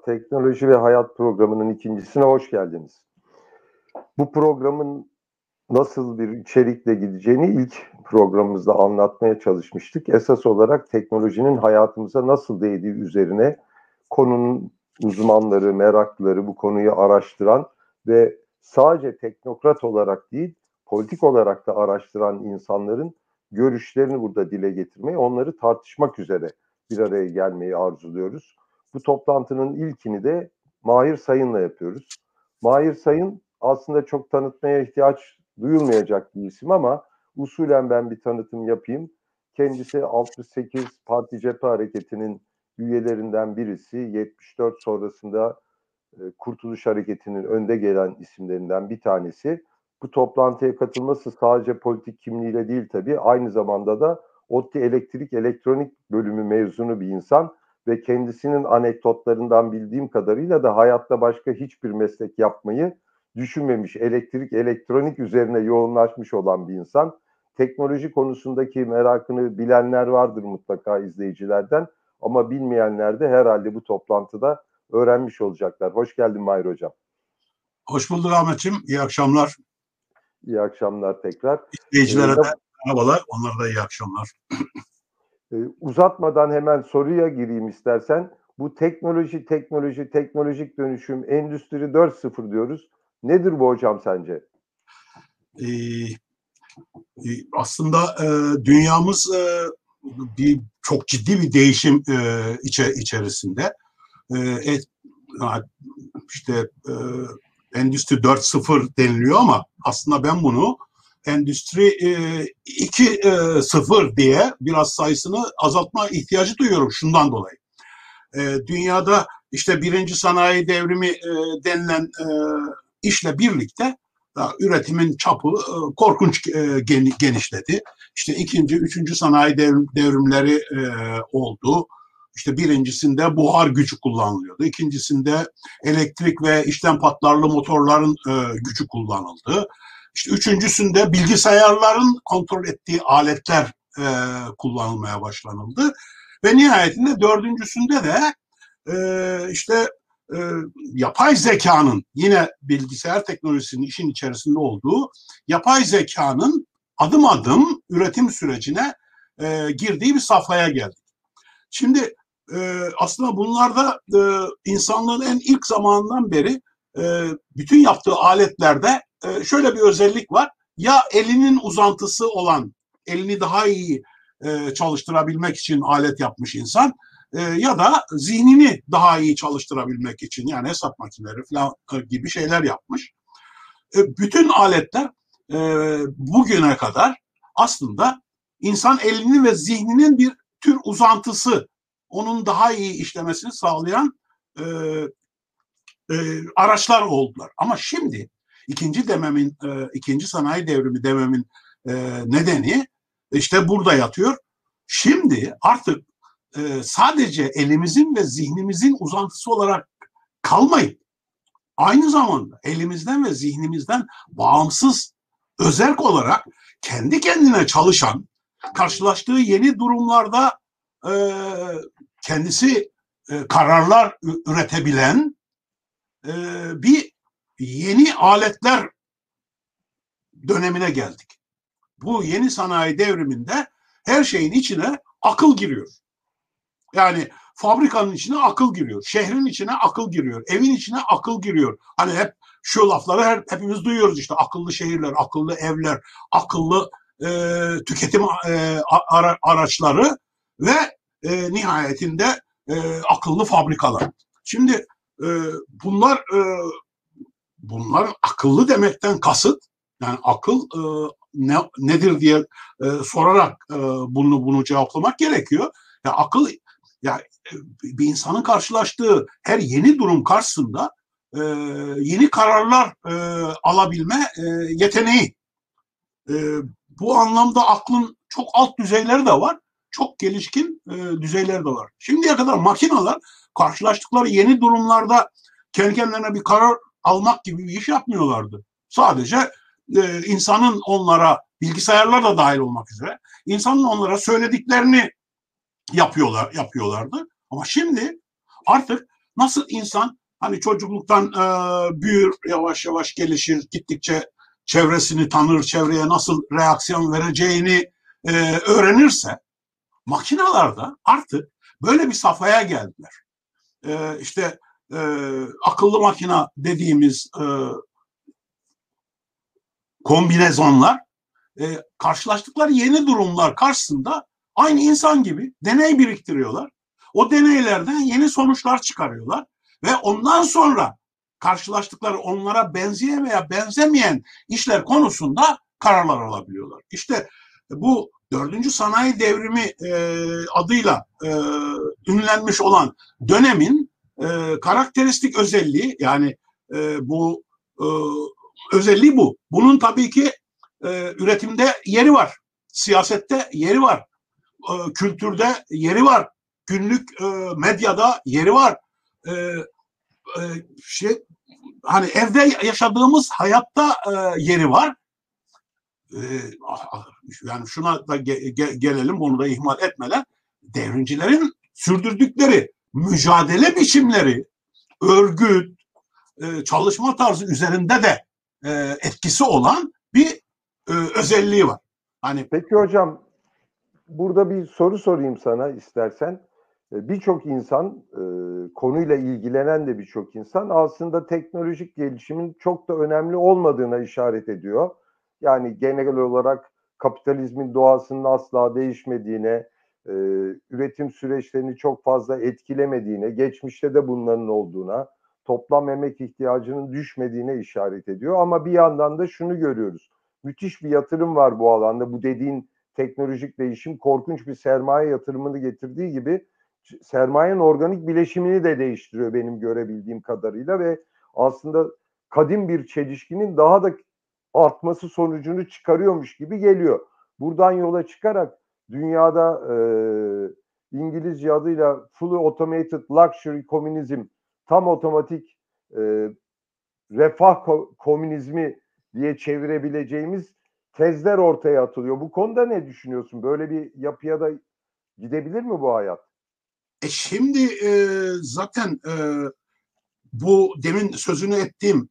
Teknoloji ve Hayat programının ikincisine hoş geldiniz. Bu programın nasıl bir içerikle gideceğini ilk programımızda anlatmaya çalışmıştık. Esas olarak teknolojinin hayatımıza nasıl değdiği üzerine konunun uzmanları, meraklıları, bu konuyu araştıran ve sadece teknokrat olarak değil, politik olarak da araştıran insanların görüşlerini burada dile getirmeyi, onları tartışmak üzere bir araya gelmeyi arzuluyoruz. Bu toplantının ilkini de Mahir Sayın'la yapıyoruz. Mahir Sayın aslında çok tanıtmaya ihtiyaç duyulmayacak bir isim ama usulen ben bir tanıtım yapayım. Kendisi 68 Parti Cephe Hareketi'nin üyelerinden birisi. 74 sonrasında Kurtuluş Hareketi'nin önde gelen isimlerinden bir tanesi. Bu toplantıya katılması sadece politik kimliğiyle değil tabii, aynı zamanda da ODTÜ Elektrik Elektronik Bölümü mezunu bir insan ve kendisinin anekdotlarından bildiğim kadarıyla da hayatta başka hiçbir meslek yapmayı düşünmemiş, elektrik, elektronik üzerine yoğunlaşmış olan bir insan. Teknoloji konusundaki merakını bilenler vardır mutlaka izleyicilerden ama bilmeyenler de herhalde bu toplantıda öğrenmiş olacaklar. Hoş geldin Mahir Hocam. Hoş bulduk Ahmetciğim. İyi akşamlar. İyi akşamlar tekrar. İzleyicilere de merhabalar. Onlara da iyi akşamlar. Uzatmadan hemen soruya gireyim istersen. Bu teknolojik dönüşüm, Endüstri 4.0 diyoruz. Nedir bu hocam sence? Aslında dünyamız çok ciddi bir değişim içerisinde. İşte Endüstri 4.0 deniliyor ama aslında ben bunu Endüstri 2.0 diye biraz sayısını azaltma ihtiyacı duyuyorum şundan dolayı. Dünyada işte birinci sanayi devrimi denilen işle birlikte üretimin çapı korkunç genişledi. İşte ikinci, üçüncü sanayi devrimleri oldu. İşte birincisinde buhar gücü kullanılıyordu. İkincisinde elektrik ve içten patlarlı motorların gücü kullanıldı. İşte üçüncüsünde bilgisayarların kontrol ettiği aletler kullanılmaya başlanıldı. Ve nihayetinde dördüncüsünde de yapay zekanın, yine bilgisayar teknolojisinin işin içerisinde olduğu yapay zekanın adım adım üretim sürecine girdiği bir safhaya geldik. Şimdi aslında bunlarda insanlığın en ilk zamanından beri bütün yaptığı aletlerde şöyle bir özellik var. Ya elinin uzantısı olan, elini daha iyi çalıştırabilmek için alet yapmış insan, ya da zihnini daha iyi çalıştırabilmek için, yani hesap makineleri falan gibi şeyler yapmış. Bütün aletler bugüne kadar aslında insan elinin ve zihninin bir tür uzantısı, onun daha iyi işlemesini sağlayan araçlar oldular. Ama şimdi ikinci sanayi devrimi dememin nedeni işte burada yatıyor. Şimdi artık sadece elimizin ve zihnimizin uzantısı olarak kalmayıp aynı zamanda elimizden ve zihnimizden bağımsız, özerk olarak kendi kendine çalışan, karşılaştığı yeni durumlarda kendisi kararlar üretebilen bir yeni aletler dönemine geldik. Bu yeni sanayi devriminde her şeyin içine akıl giriyor. Yani fabrikanın içine akıl giriyor, şehrin içine akıl giriyor, evin içine akıl giriyor. Hani hep şu lafları hepimiz duyuyoruz, işte akıllı şehirler, akıllı evler, akıllı tüketim araçları ve nihayetinde akıllı fabrikalar. Şimdi bunlar akıllı demekten kasıt, yani akıl nedir diye sorarak bunu cevaplamak gerekiyor. Ya akıl, ya bir insanın karşılaştığı her yeni durum karşısında yeni kararlar alabilme yeteneği. Bu anlamda aklın çok alt düzeyleri de var, çok gelişkin düzeyleri de var. Şimdiye kadar makineler karşılaştıkları yeni durumlarda kendi kendilerine bir karar almak gibi bir iş yapmıyorlardı. Sadece insanın onlara, bilgisayarlar da dahil olmak üzere, insanın onlara söylediklerini yapıyorlardı. Ama şimdi artık Nasıl insan hani çocukluktan büyür, yavaş yavaş gelişir, gittikçe çevresini tanır, çevreye nasıl reaksiyon vereceğini öğrenirse, makinalarda artık böyle bir safhaya geldiler. İşte akıllı makina dediğimiz kombinezonlar karşılaştıkları yeni durumlar karşısında aynı insan gibi deney biriktiriyorlar. O deneylerden yeni sonuçlar çıkarıyorlar ve ondan sonra karşılaştıkları onlara benzeyen veya benzemeyen işler konusunda kararlar alabiliyorlar. İşte bu 4. sanayi devrimi adıyla ünlenmiş olan dönemin karakteristik özelliği, yani bu özelliği bu. Bunun tabii ki üretimde yeri var, siyasette yeri var, kültürde yeri var, günlük medyada yeri var. Hani evde yaşadığımız hayatta yeri var. Yani şuna da gelelim, bunu da ihmal etmeden, devrimcilerin sürdürdükleri mücadele biçimleri, örgüt, çalışma tarzı üzerinde de etkisi olan bir özelliği var. Hani peki hocam, burada bir soru sorayım sana istersen. Birçok insan, konuyla ilgilenen de birçok insan aslında teknolojik gelişimin çok da önemli olmadığına işaret ediyor. Yani genel olarak kapitalizmin doğasının asla değişmediğine, üretim süreçlerini çok fazla etkilemediğine, geçmişte de bunların olduğuna, toplam emek ihtiyacının düşmediğine işaret ediyor. Ama bir yandan da şunu görüyoruz. Müthiş bir yatırım var bu alanda. Bu dediğin teknolojik değişim korkunç bir sermaye yatırımını getirdiği gibi sermayenin organik bileşimini de değiştiriyor benim görebildiğim kadarıyla ve aslında kadim bir çelişkinin daha da artması sonucunu çıkarıyormuş gibi geliyor. Buradan yola çıkarak dünyada İngilizce adıyla Fully Automated Luxury Communism, tam otomatik refah komünizmi diye çevirebileceğimiz tezler ortaya atılıyor. Bu konuda ne düşünüyorsun? Böyle bir yapıya da gidebilir mi bu hayat? Şimdi zaten bu demin sözünü ettiğim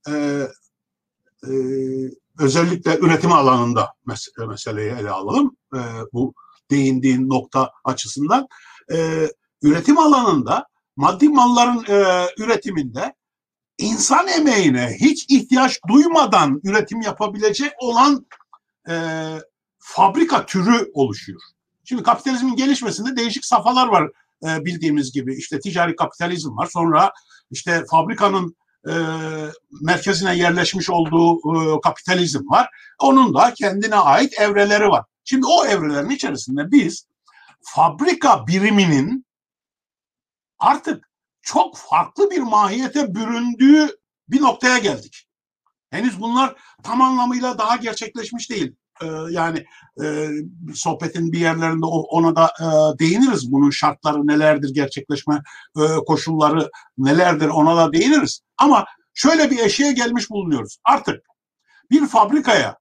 özellikle üretim alanında meseleyi ele alalım. Bu değindiğin nokta açısından. Üretim alanında, maddi malların üretiminde insan emeğine hiç ihtiyaç duymadan üretim yapabilecek olan fabrika türü oluşuyor. Şimdi kapitalizmin gelişmesinde değişik safhalar var bildiğimiz gibi. İşte ticari kapitalizm var. Sonra işte fabrikanın merkezine yerleşmiş olduğu kapitalizm var. Onun da kendine ait evreleri var. Şimdi o evrelerin içerisinde biz fabrika biriminin artık çok farklı bir mahiyete büründüğü bir noktaya geldik. Henüz bunlar tam anlamıyla daha gerçekleşmiş değil. Yani sohbetin bir yerlerinde ona da değiniriz. Bunun şartları nelerdir, gerçekleşme koşulları nelerdir, ona da değiniriz. Ama şöyle bir eşiğe gelmiş bulunuyoruz. Artık bir fabrikaya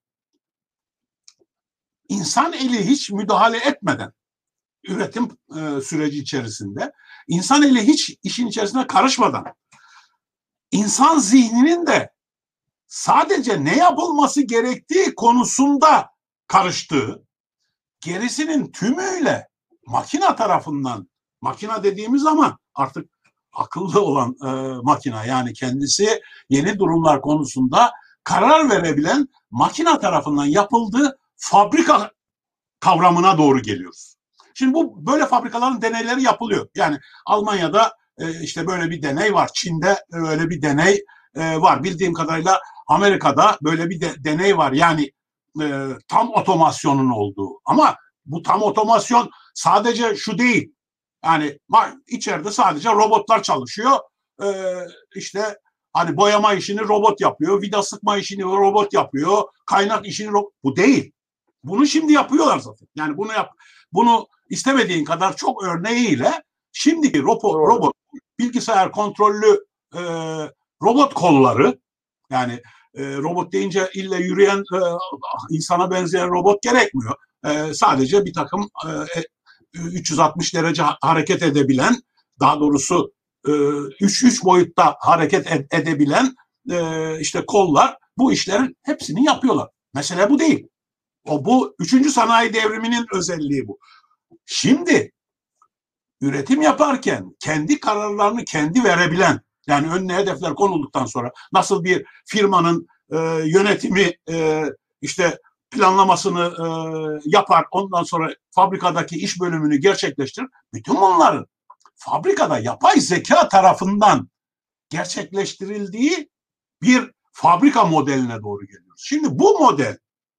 insan eli hiç müdahale etmeden, üretim süreci içerisinde insan eli hiç işin içerisine karışmadan, insan zihninin de sadece ne yapılması gerektiği konusunda karıştığı, gerisinin tümüyle makina tarafından, makina dediğimiz zaman artık akıllı olan makina, yani kendisi yeni durumlar konusunda karar verebilen makina tarafından yapıldığı fabrika kavramına doğru geliyoruz. Şimdi bu böyle fabrikaların deneyleri yapılıyor. Yani Almanya'da işte böyle bir deney var. Çin'de böyle bir deney var. Bildiğim kadarıyla Amerika'da böyle bir deney var. Yani tam otomasyonun olduğu. Ama bu tam otomasyon sadece şu değil. Yani içeride sadece robotlar çalışıyor. İşte hani boyama işini robot yapıyor. Vida sıkma işini robot yapıyor. Kaynak işini bu değil. Bunu şimdi yapıyorlar zaten. Yani bunu istemediğin kadar çok örneğiyle şimdiki robot bilgisayar kontrollü robot kolları, yani robot deyince illa yürüyen insana benzeyen robot gerekmiyor. Sadece bir takım 360 derece hareket edebilen, daha doğrusu üç boyutta hareket edebilen işte kollar bu işlerin hepsini yapıyorlar. Mesele bu değil. Bu 3. sanayi devriminin özelliği bu. Şimdi üretim yaparken kendi kararlarını kendi verebilen, yani önüne hedefler konulduktan sonra nasıl bir firmanın yönetimi işte planlamasını yapar, ondan sonra fabrikadaki iş bölümünü gerçekleştirir. Bütün bunların fabrikada yapay zeka tarafından gerçekleştirildiği bir fabrika modeline doğru geliyoruz. Şimdi bu model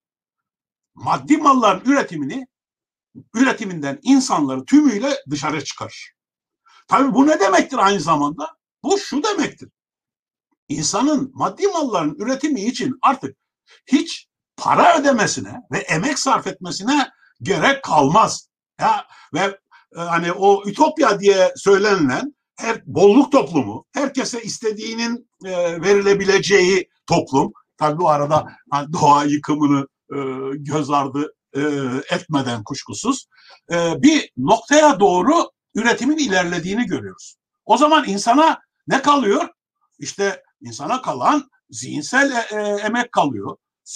maddi malların üretiminden insanları tümüyle dışarı çıkarır. Tabii bu ne demektir aynı zamanda? Bu şu demektir. İnsanın maddi malların üretimi için artık hiç para ödemesine ve emek sarf etmesine gerek kalmaz. Ya ve hani o ütopya diye söylenilen bolluk toplumu, herkese istediğinin verilebileceği toplum. Tabii bu arada hani doğa yıkımını göz ardı etmeden kuşkusuz bir noktaya doğru üretimin ilerlediğini görüyoruz. O zaman insana ne kalıyor? İşte insana kalan zihinsel emek kalıyor.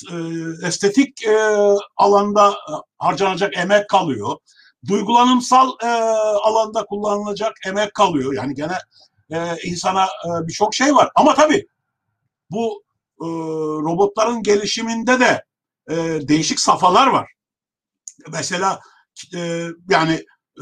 Estetik alanda harcanacak emek kalıyor. Duygulanımsal alanda kullanılacak emek kalıyor. Yani gene insana birçok şey var. Ama tabii bu robotların gelişiminde de değişik safhalar var. Mesela yani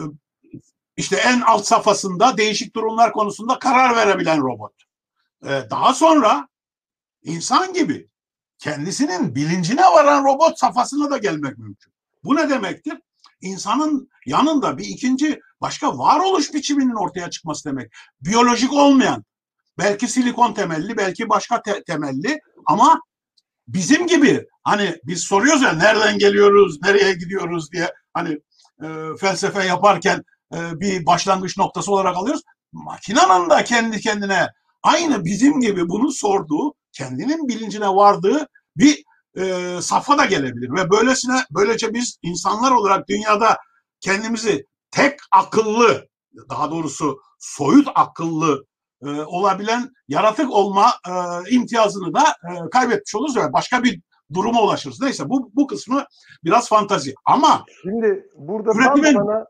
işte en alt safhasında değişik durumlar konusunda karar verebilen robot. Daha sonra insan gibi kendisinin bilincine varan robot safhasına da gelmek mümkün. Bu ne demektir? İnsanın yanında bir ikinci başka varoluş biçiminin ortaya çıkması demek. Biyolojik olmayan, belki silikon temelli, belki başka temelli ama bizim gibi hani biz soruyoruz ya nereden geliyoruz, nereye gidiyoruz diye hani felsefe yaparken bir başlangıç noktası olarak alıyoruz. Makinenin de kendi kendine aynı bizim gibi bunu sorduğu, kendinin bilincine vardığı bir safha da gelebilir ve böylece biz insanlar olarak dünyada kendimizi tek akıllı, daha doğrusu soyut akıllı olabilen yaratık olma imtiyazını da kaybetmiş oluruz ve başka bir duruma ulaşırız. Neyse bu kısmı biraz fantazi. Ama şimdi burada üretimin... tam sana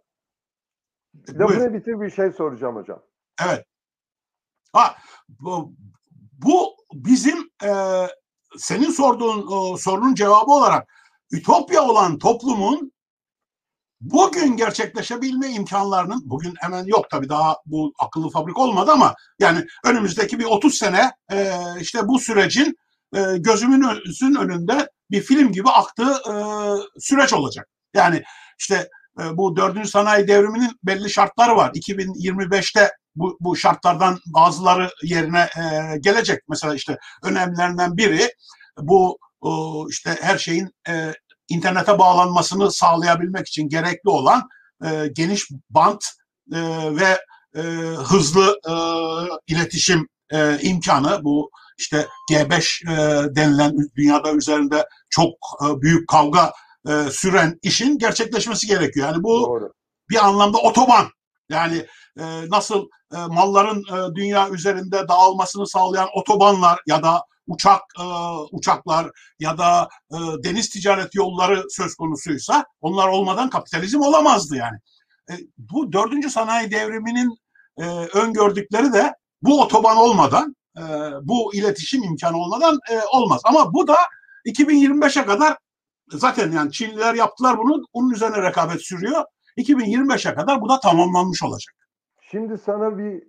lafını bitir, bir şey soracağım hocam. Evet. Bu bizim senin sorduğun sorunun cevabı olarak ütopya olan toplumun bugün gerçekleşebilme imkanlarının, bugün hemen yok tabii, daha bu akıllı fabrika olmadı ama yani önümüzdeki bir 30 sene işte bu sürecin gözümüzün önünde bir film gibi aktığı süreç olacak. Yani işte bu 4. sanayi devriminin belli şartları var. 2025'te bu şartlardan bazıları yerine gelecek. Mesela işte önemlilerinden biri bu işte her şeyin internete bağlanmasını sağlayabilmek için gerekli olan geniş bant ve hızlı iletişim imkanı. Bu işte G5 denilen dünyada üzerinde çok büyük kavga süren işin gerçekleşmesi gerekiyor. Yani bu doğru, bir anlamda otoban. Yani nasıl malların dünya üzerinde dağılmasını sağlayan otobanlar ya da uçaklar ya da deniz ticaret yolları söz konusuysa onlar olmadan kapitalizm olamazdı yani. Bu 4. sanayi devriminin öngördükleri de bu otoban olmadan, bu iletişim imkanı olmadan olmaz. Ama bu da 2025'e kadar zaten yani Çinliler yaptılar bunu, onun üzerine rekabet sürüyor. 2025'e kadar bu da tamamlanmış olacak. Şimdi sana bir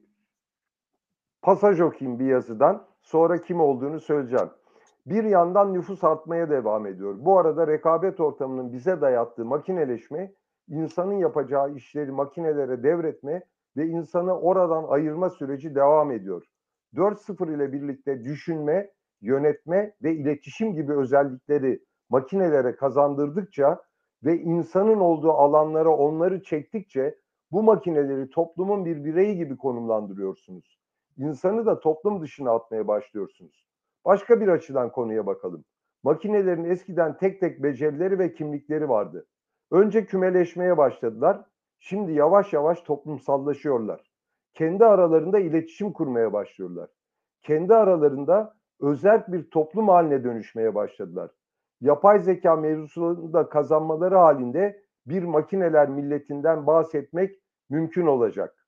pasaj okuyayım bir yazıdan. Sonra kim olduğunu söyleyeceğim. Bir yandan nüfus artmaya devam ediyor. Bu arada rekabet ortamının bize dayattığı makineleşme, insanın yapacağı işleri makinelere devretme ve insanı oradan ayırma süreci devam ediyor. 4.0 ile birlikte düşünme, yönetme ve iletişim gibi özellikleri makinelere kazandırdıkça ve insanın olduğu alanlara onları çektikçe bu makineleri toplumun bir bireyi gibi konumlandırıyorsunuz. İnsanı da toplum dışına atmaya başlıyorsunuz. Başka bir açıdan konuya bakalım. Makinelerin eskiden tek tek becerileri ve kimlikleri vardı. Önce kümeleşmeye başladılar. Şimdi yavaş yavaş toplumsallaşıyorlar. kendi aralarında iletişim kurmaya başlıyorlar. Kendi aralarında özerk bir toplum haline dönüşmeye başladılar. Yapay zeka mevzusunu da kazanmaları halinde bir makineler milletinden bahsetmek mümkün olacak.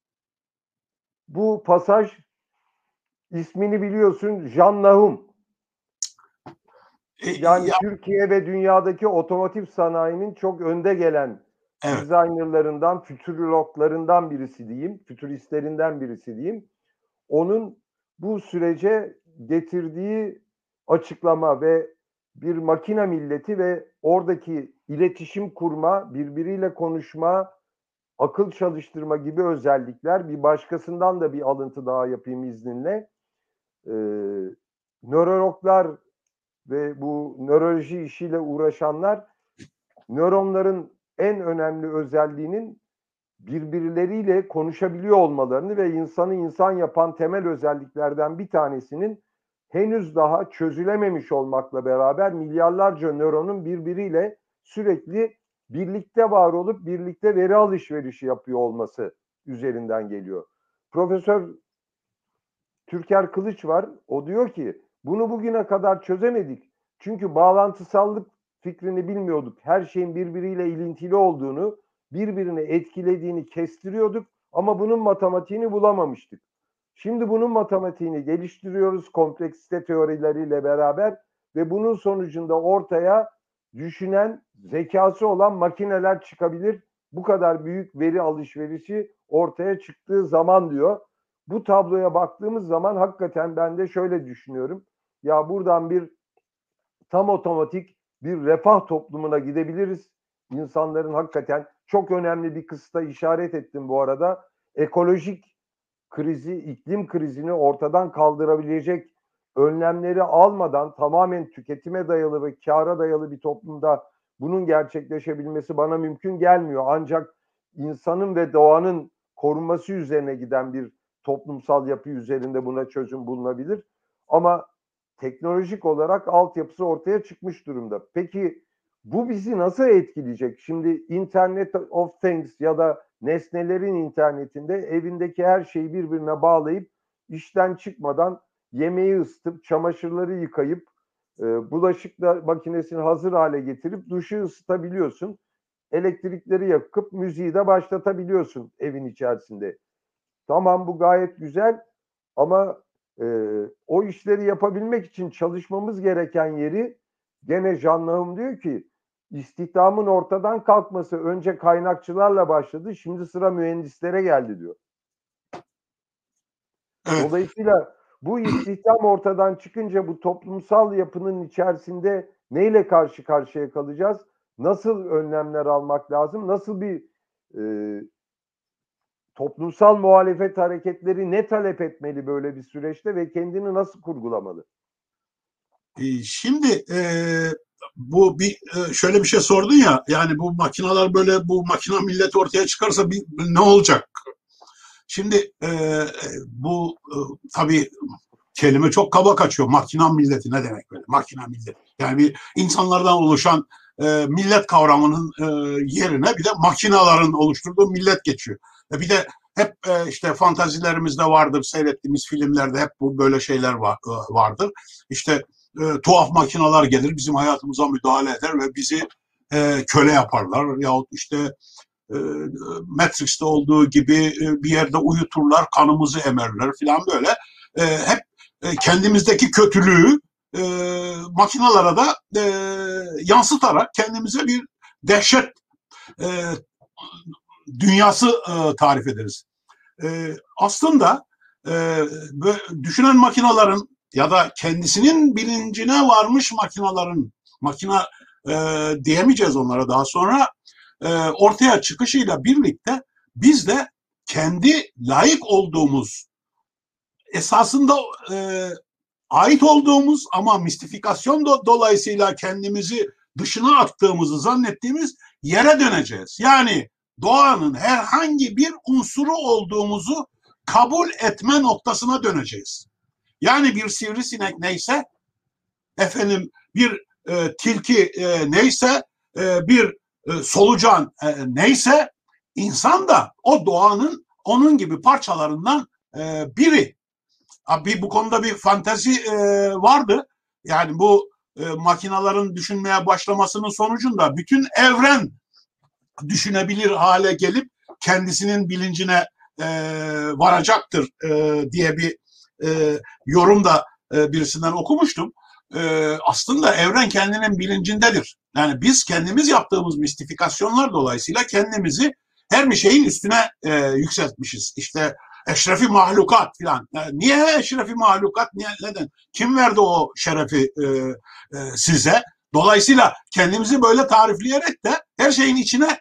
Bu pasaj, ismini biliyorsun, Jean Nahum. Yani Türkiye ve dünyadaki otomotiv sanayinin çok önde gelen designerlarından, fütürologlarından birisi diyeyim, fütüristlerinden birisi diyeyim. Onun bu sürece getirdiği açıklama ve bir makine milleti ve oradaki iletişim kurma, birbiriyle konuşma, akıl çalıştırma gibi özellikler, bir başkasından da bir alıntı daha yapayım izninle. Nörologlar ve bu nöroloji işiyle uğraşanlar nöronların en önemli özelliğinin birbirleriyle konuşabiliyor olmalarını ve insanı insan yapan temel özelliklerden bir tanesinin henüz daha çözülememiş olmakla beraber milyarlarca nöronun birbiriyle sürekli birlikte var olup birlikte veri alışverişi yapıyor olması üzerinden geliyor. Profesör Türker Kılıç var. O diyor ki bunu bugüne kadar çözemedik. Çünkü bağlantısallık fikrini bilmiyorduk. Her şeyin birbiriyle ilintili olduğunu, birbirini etkilediğini kestiriyorduk ama bunun matematiğini bulamamıştık. Şimdi bunun matematiğini geliştiriyoruz kompleksite teorileriyle beraber ve bunun sonucunda ortaya düşünen, zekası olan makineler çıkabilir. Bu kadar büyük veri alışverişi ortaya çıktığı zaman diyor. Bu tabloya baktığımız zaman hakikaten ben de şöyle düşünüyorum. Ya buradan bir tam otomatik bir refah toplumuna gidebiliriz. İnsanların hakikaten çok önemli bir kısıta işaret ettim bu arada. Ekolojik krizi, iklim krizini ortadan kaldırabilecek önlemleri almadan tamamen tüketime dayalı ve kâra dayalı bir toplumda bunun gerçekleşebilmesi bana mümkün gelmiyor. Ancak insanın ve doğanın korunması üzerine giden bir toplumsal yapı üzerinde buna çözüm bulunabilir. Ama teknolojik olarak altyapısı ortaya çıkmış durumda. Peki bu bizi nasıl etkileyecek? Şimdi Internet of Things ya da nesnelerin internetinde evindeki her şeyi birbirine bağlayıp işten çıkmadan yemeği ısıtıp, çamaşırları yıkayıp, bulaşık makinesini hazır hale getirip duşu ısıtabiliyorsun. Elektrikleri yakıp müziği de başlatabiliyorsun evin içerisinde. Tamam, bu gayet güzel ama o işleri yapabilmek için çalışmamız gereken yeri gene Jean Nahum diyor ki istihdamın ortadan kalkması önce kaynakçılarla başladı, şimdi sıra mühendislere geldi diyor. Evet. Dolayısıyla bu istihdam ortadan çıkınca bu toplumsal yapının içerisinde neyle karşı karşıya kalacağız? Nasıl önlemler almak lazım? Nasıl bir toplumsal muhalefet hareketleri ne talep etmeli böyle bir süreçte ve kendini nasıl kurgulamalı? Şimdi bu şöyle bir şey sordun ya, yani bu makineler böyle, bu makine milleti ortaya çıkarsa ne olacak? Şimdi bu tabii kelime çok kaba kaçıyor. Makina milleti ne demek böyle? Makina milleti. Yani bir insanlardan oluşan millet kavramının yerine bir de makinaların oluşturduğu millet geçiyor. Bir de hep işte fantazilerimizde vardır, seyrettiğimiz filmlerde hep bu böyle şeyler vardır. İşte tuhaf makineler gelir, bizim hayatımıza müdahale eder ve bizi köle yaparlar. Yahut işte Matrix'te olduğu gibi bir yerde uyuturlar, kanımızı emerler falan böyle. Hep kendimizdeki kötülüğü makinalara da yansıtarak kendimize bir dehşet dünyası tarif ederiz. Aslında düşünen makinaların ya da kendisinin bilincine varmış makinaların, makina diyemeyeceğiz onlara daha sonra, ortaya çıkışıyla birlikte biz de kendi layık olduğumuz, esasında ait olduğumuz ama mistifikasyon dolayısıyla kendimizi dışına attığımızı zannettiğimiz yere döneceğiz. Yani doğanın herhangi bir unsuru olduğumuzu kabul etme noktasına döneceğiz. Yani bir sivrisinek neyse, efendim bir tilki neyse, bir solucan neyse, insan da o doğanın onun gibi parçalarından biri. Bu konuda bir fantezi vardı. Yani bu makinaların düşünmeye başlamasının sonucunda bütün evren düşünebilir hale gelip kendisinin bilincine varacaktır diye bir yorum da birisinden okumuştum. Aslında evren kendinin bilincindedir. Yani biz kendimiz yaptığımız mistifikasyonlar dolayısıyla kendimizi her bir şeyin üstüne yükseltmişiz. İşte eşrefi mahlukat filan. Niye eşrefi mahlukat? Neden? Kim verdi o şerefi size? Dolayısıyla kendimizi böyle tarifleyerek de her şeyin içine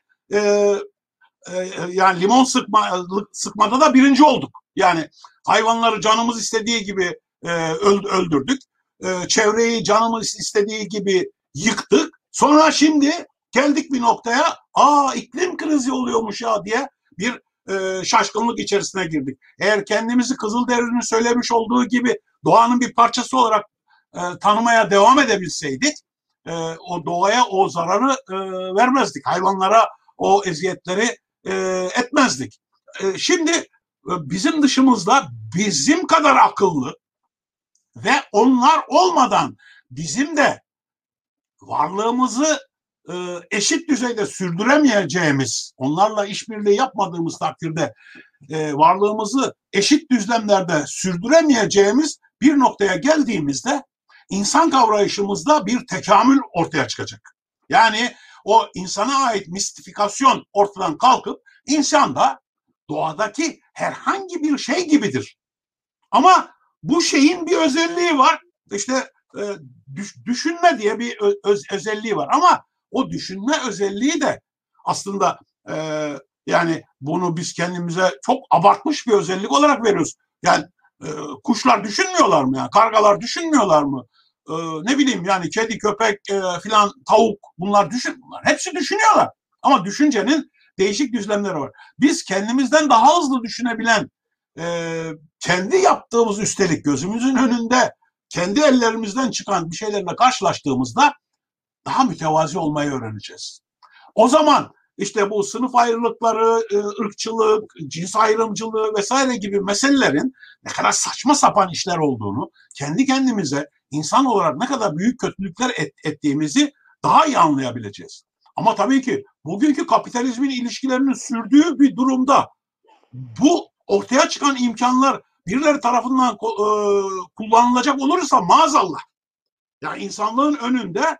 yani limon sıkmada da birinci olduk. Yani hayvanları canımız istediği gibi öldürdük. Çevreyi canımız istediği gibi yıktık. Sonra şimdi geldik bir noktaya, iklim krizi oluyormuş ya diye bir şaşkınlık içerisine girdik. Eğer kendimizi Kızılderili'nin söylemiş olduğu gibi doğanın bir parçası olarak tanımaya devam edebilseydik, o doğaya o zararı vermezdik. Hayvanlara o eziyetleri etmezdik. Şimdi bizim dışımızda bizim kadar akıllı ve onlar olmadan bizim de varlığımızı eşit düzeyde sürdüremeyeceğimiz, onlarla işbirliği yapmadığımız takdirde varlığımızı eşit düzlemlerde sürdüremeyeceğimiz bir noktaya geldiğimizde insan kavrayışımızda bir tekamül ortaya çıkacak. Yani o insana ait mistifikasyon ortadan kalkıp insan da doğadaki herhangi bir şey gibidir. Ama bu şeyin bir özelliği var. İşte düşünme diye bir özelliği var. Ama o düşünme özelliği de aslında yani bunu biz kendimize çok abartmış bir özellik olarak veriyoruz. Yani kuşlar düşünmüyorlar mı? Yani kargalar düşünmüyorlar mı? Ne bileyim yani kedi, köpek filan, tavuk bunlar hepsi düşünüyorlar. Ama düşüncenin değişik düzlemleri var. Biz kendimizden daha hızlı düşünebilen, kendi yaptığımız üstelik gözümüzün önünde kendi ellerimizden çıkan bir şeylerle karşılaştığımızda daha mütevazi olmayı öğreneceğiz. O zaman işte bu sınıf ayrılıkları, ırkçılık, cins ayrımcılığı vesaire gibi meselelerin ne kadar saçma sapan işler olduğunu, kendi kendimize insan olarak ne kadar büyük kötülükler ettiğimizi daha iyi anlayabileceğiz. Ama tabii ki bugünkü kapitalizmin ilişkilerinin sürdüğü bir durumda bu ortaya çıkan imkanlar birileri tarafından kullanılacak olursa maazallah, yani insanlığın önünde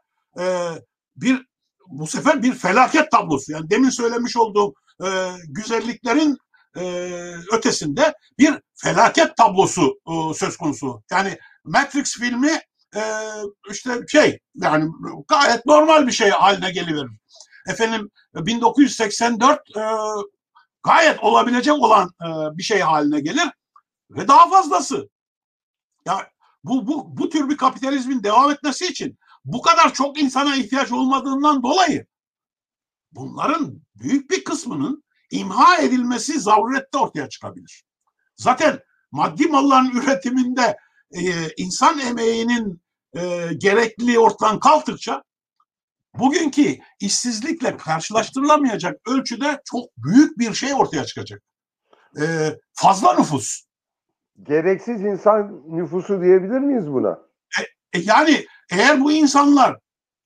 bu sefer bir felaket tablosu. Yani demin söylemiş olduğum güzelliklerin ötesinde bir felaket tablosu söz konusu. Yani Matrix filmi işte yani gayet normal bir şey haline geliverir. Efendim 1984 gayet olabilecek olan bir şey haline gelir ve daha fazlası. Ya bu tür bir kapitalizmin devam etmesi için bu kadar çok insana ihtiyaç olmadığından dolayı bunların büyük bir kısmının imha edilmesi zarurette ortaya çıkabilir. Zaten maddi malların üretiminde insan emeğinin gerekliliği ortadan kalktıkça bugünkü işsizlikle karşılaştırılamayacak ölçüde çok büyük bir şey ortaya çıkacak. Fazla nüfus. Gereksiz insan nüfusu diyebilir miyiz buna? Yani eğer bu insanlar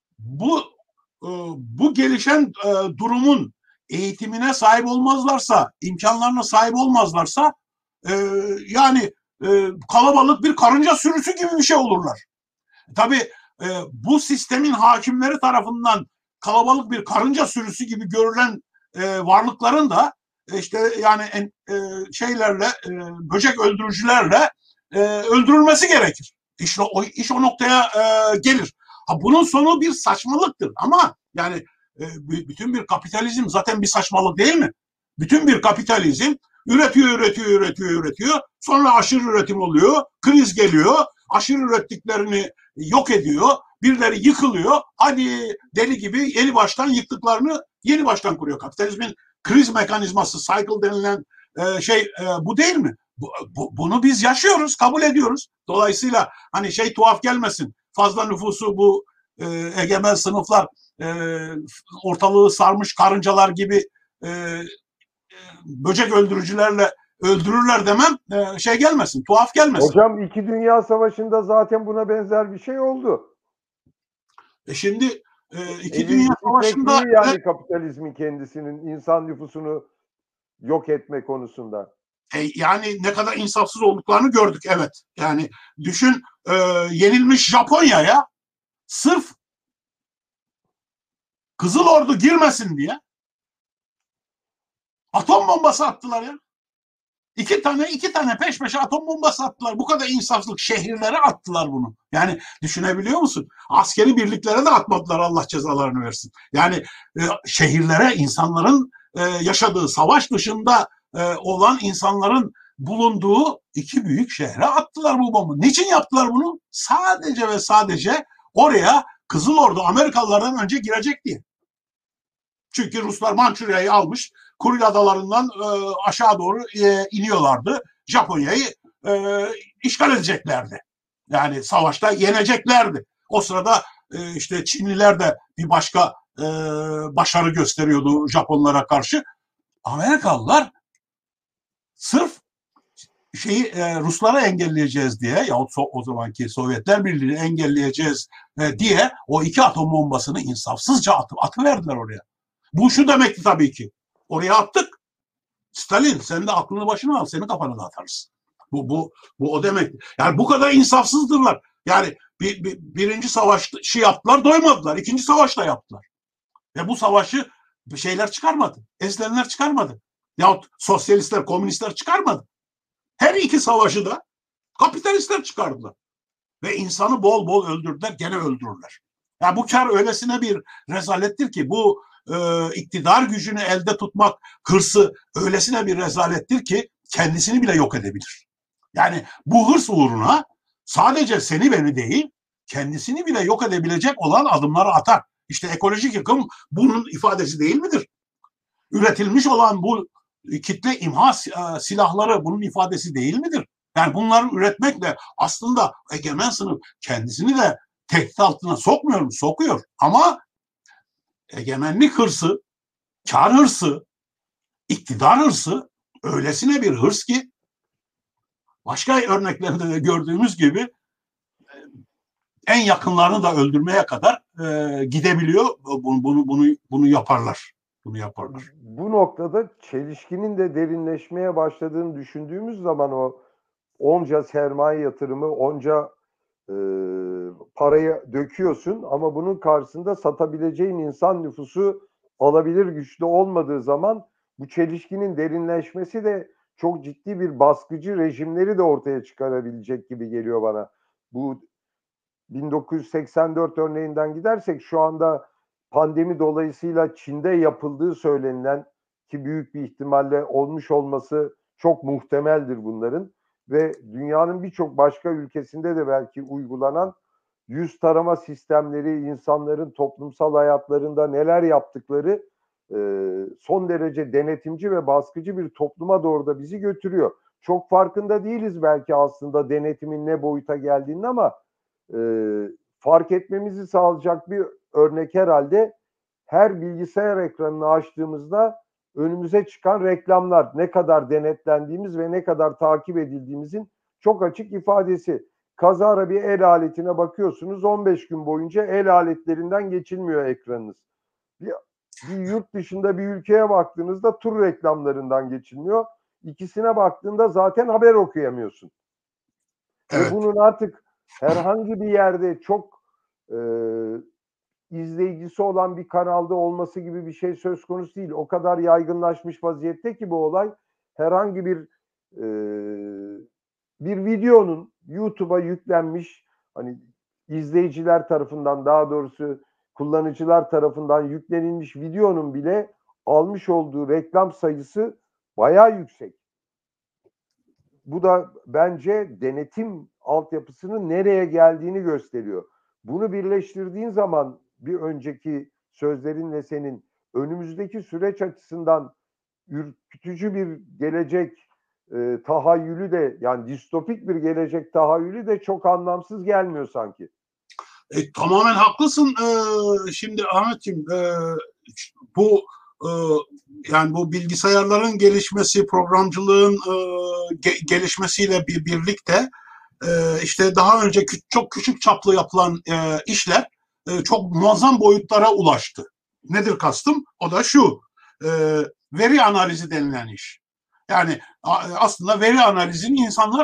bu gelişen durumun eğitimine sahip olmazlarsa, imkanlarına sahip olmazlarsa yani kalabalık bir karınca sürüsü gibi bir şey olurlar. Tabii bu sistemin hakimleri tarafından kalabalık bir karınca sürüsü gibi görülen varlıkların da işte yani böcek öldürücülerle öldürülmesi gerekir. İş o noktaya gelir. Bunun sonu bir saçmalıktır ama yani bütün bir kapitalizm zaten bir saçmalık değil mi? Bütün bir kapitalizm üretiyor. Sonra aşırı üretim oluyor, kriz geliyor, aşırı ürettiklerini yok ediyor, birileri yıkılıyor. Hadi deli gibi yeni baştan yıktıklarını yeni baştan kuruyor. Kapitalizmin kriz mekanizması, cycle denilen bu değil mi? Bunu biz yaşıyoruz, kabul ediyoruz. Dolayısıyla hani tuhaf gelmesin. Fazla nüfusu bu egemen sınıflar ortalığı sarmış karıncalar gibi böcek öldürücülerle öldürürler demem şey gelmesin, tuhaf gelmesin. Hocam 2 Dünya Savaşı'nda zaten buna benzer bir şey oldu. Şimdi 2 Dünya Savaşı'nda yani kapitalizmin kendisinin insan nüfusunu yok etme konusunda. Yani ne kadar insafsız olduklarını gördük, evet. Yani düşün, yenilmiş Japonya'ya sırf Kızıl Ordu girmesin diye atom bombası attılar ya. İki tane peş peşe atom bombası attılar. Bu kadar insafsızlık, şehirlere attılar bunu. Yani düşünebiliyor musun? Askeri birliklere de atmadılar, Allah cezalarını versin. Yani şehirlere, insanların yaşadığı, savaş dışında olan insanların bulunduğu 2 büyük şehre attılar bu bomba. Niçin yaptılar bunu? Sadece ve sadece oraya Kızıl Ordu Amerikalılardan önce girecek diye. Çünkü Ruslar Mançurya'yı almış, Kuril Adaları'ndan aşağı doğru iniyorlardı. Japonya'yı işgal edeceklerdi. Yani savaşta yeneceklerdi. O sırada işte Çinliler de bir başka başarı gösteriyordu Japonlara karşı. Amerikalılar sırf Rusları engelleyeceğiz diye, yahut o zamanki Sovyetler Birliği'ni engelleyeceğiz diye o 2 atom bombasını insafsızca atıverdiler oraya. Bu şu demekti tabii ki. Oraya attık. Stalin, sen de aklını başına al, senin kafanı da atarız. Bu o demek. Yani bu kadar insafsızdırlar. Yani birinci savaşı yaptılar, doymadılar. 2. savaşta yaptılar. Ve bu savaşı şeyler çıkarmadı. Ezilenler çıkarmadı. Yahut sosyalistler, komünistler çıkarmadı. Her 2 savaşı da kapitalistler çıkardılar. Ve insanı bol bol öldürdüler, gene öldürürler. Yani bu kar öylesine bir rezalettir ki, bu iktidar gücünü elde tutmak hırsı öylesine bir rezalettir ki kendisini bile yok edebilir. Yani bu hırs uğruna sadece seni beni değil, kendisini bile yok edebilecek olan adımları atar. İşte ekolojik yıkım bunun ifadesi değil midir? Üretilmiş olan bu kitle imha silahları bunun ifadesi değil midir? Yani bunları üretmekle aslında egemen sınıf kendisini de tehdit altına sokmuyor mu? Sokuyor. Ama egemenlik hırsı, kar hırsı, iktidar hırsı öylesine bir hırs ki başka örneklerinde de gördüğümüz gibi en yakınlarını da öldürmeye kadar gidebiliyor. Bunu yaparlar. Bunu yaparlar. Bu noktada çelişkinin de derinleşmeye başladığını düşündüğümüz zaman o onca sermaye yatırımı, onca parayı döküyorsun ama bunun karşısında satabileceğin insan nüfusu alabilir güçlü olmadığı zaman bu çelişkinin derinleşmesi de çok ciddi bir baskıcı rejimleri de ortaya çıkarabilecek gibi geliyor bana. Bu 1984 örneğinden gidersek şu anda pandemi dolayısıyla Çin'de yapıldığı söylenilen, ki büyük bir ihtimalle olmuş olması çok muhtemeldir bunların ve dünyanın birçok başka ülkesinde de belki uygulanan yüz tarama sistemleri, insanların toplumsal hayatlarında neler yaptıkları son derece denetimci ve baskıcı bir topluma doğru da bizi götürüyor. Çok farkında değiliz belki aslında denetimin ne boyuta geldiğini ama fark etmemizi sağlayacak bir örnek herhalde her bilgisayar ekranını açtığımızda önümüze çıkan reklamlar, ne kadar denetlendiğimiz ve ne kadar takip edildiğimizin çok açık ifadesi. Kazara bir el aletine bakıyorsunuz, 15 gün boyunca el aletlerinden geçilmiyor ekranınız. Bir yurt dışında bir ülkeye baktığınızda tur reklamlarından geçilmiyor. İkisine baktığında zaten haber okuyamıyorsun. Evet. Ve bunun artık herhangi bir yerde çok izleyicisi olan bir kanalda olması gibi bir şey söz konusu değil. O kadar yaygınlaşmış vaziyette ki bu olay, herhangi bir videonun YouTube'a yüklenmiş, hani izleyiciler tarafından, daha doğrusu kullanıcılar tarafından yüklenilmiş videonun bile almış olduğu reklam sayısı bayağı yüksek. Bu da bence denetim altyapısının nereye geldiğini gösteriyor. Bunu birleştirdiğin zaman bir önceki sözlerinle senin, önümüzdeki süreç açısından ürkütücü bir gelecek tahayyülü de, yani distopik bir gelecek tahayyülü de çok anlamsız gelmiyor sanki. Tamamen haklısın. Şimdi Ahmetciğim, bu yani bu bilgisayarların gelişmesi, programcılığın gelişmesiyle birlikte işte daha önce çok küçük çaplı yapılan işler çok muazzam boyutlara ulaştı. Nedir kastım? O da şu, veri analizi denilen iş. Yani aslında veri analizini insanlar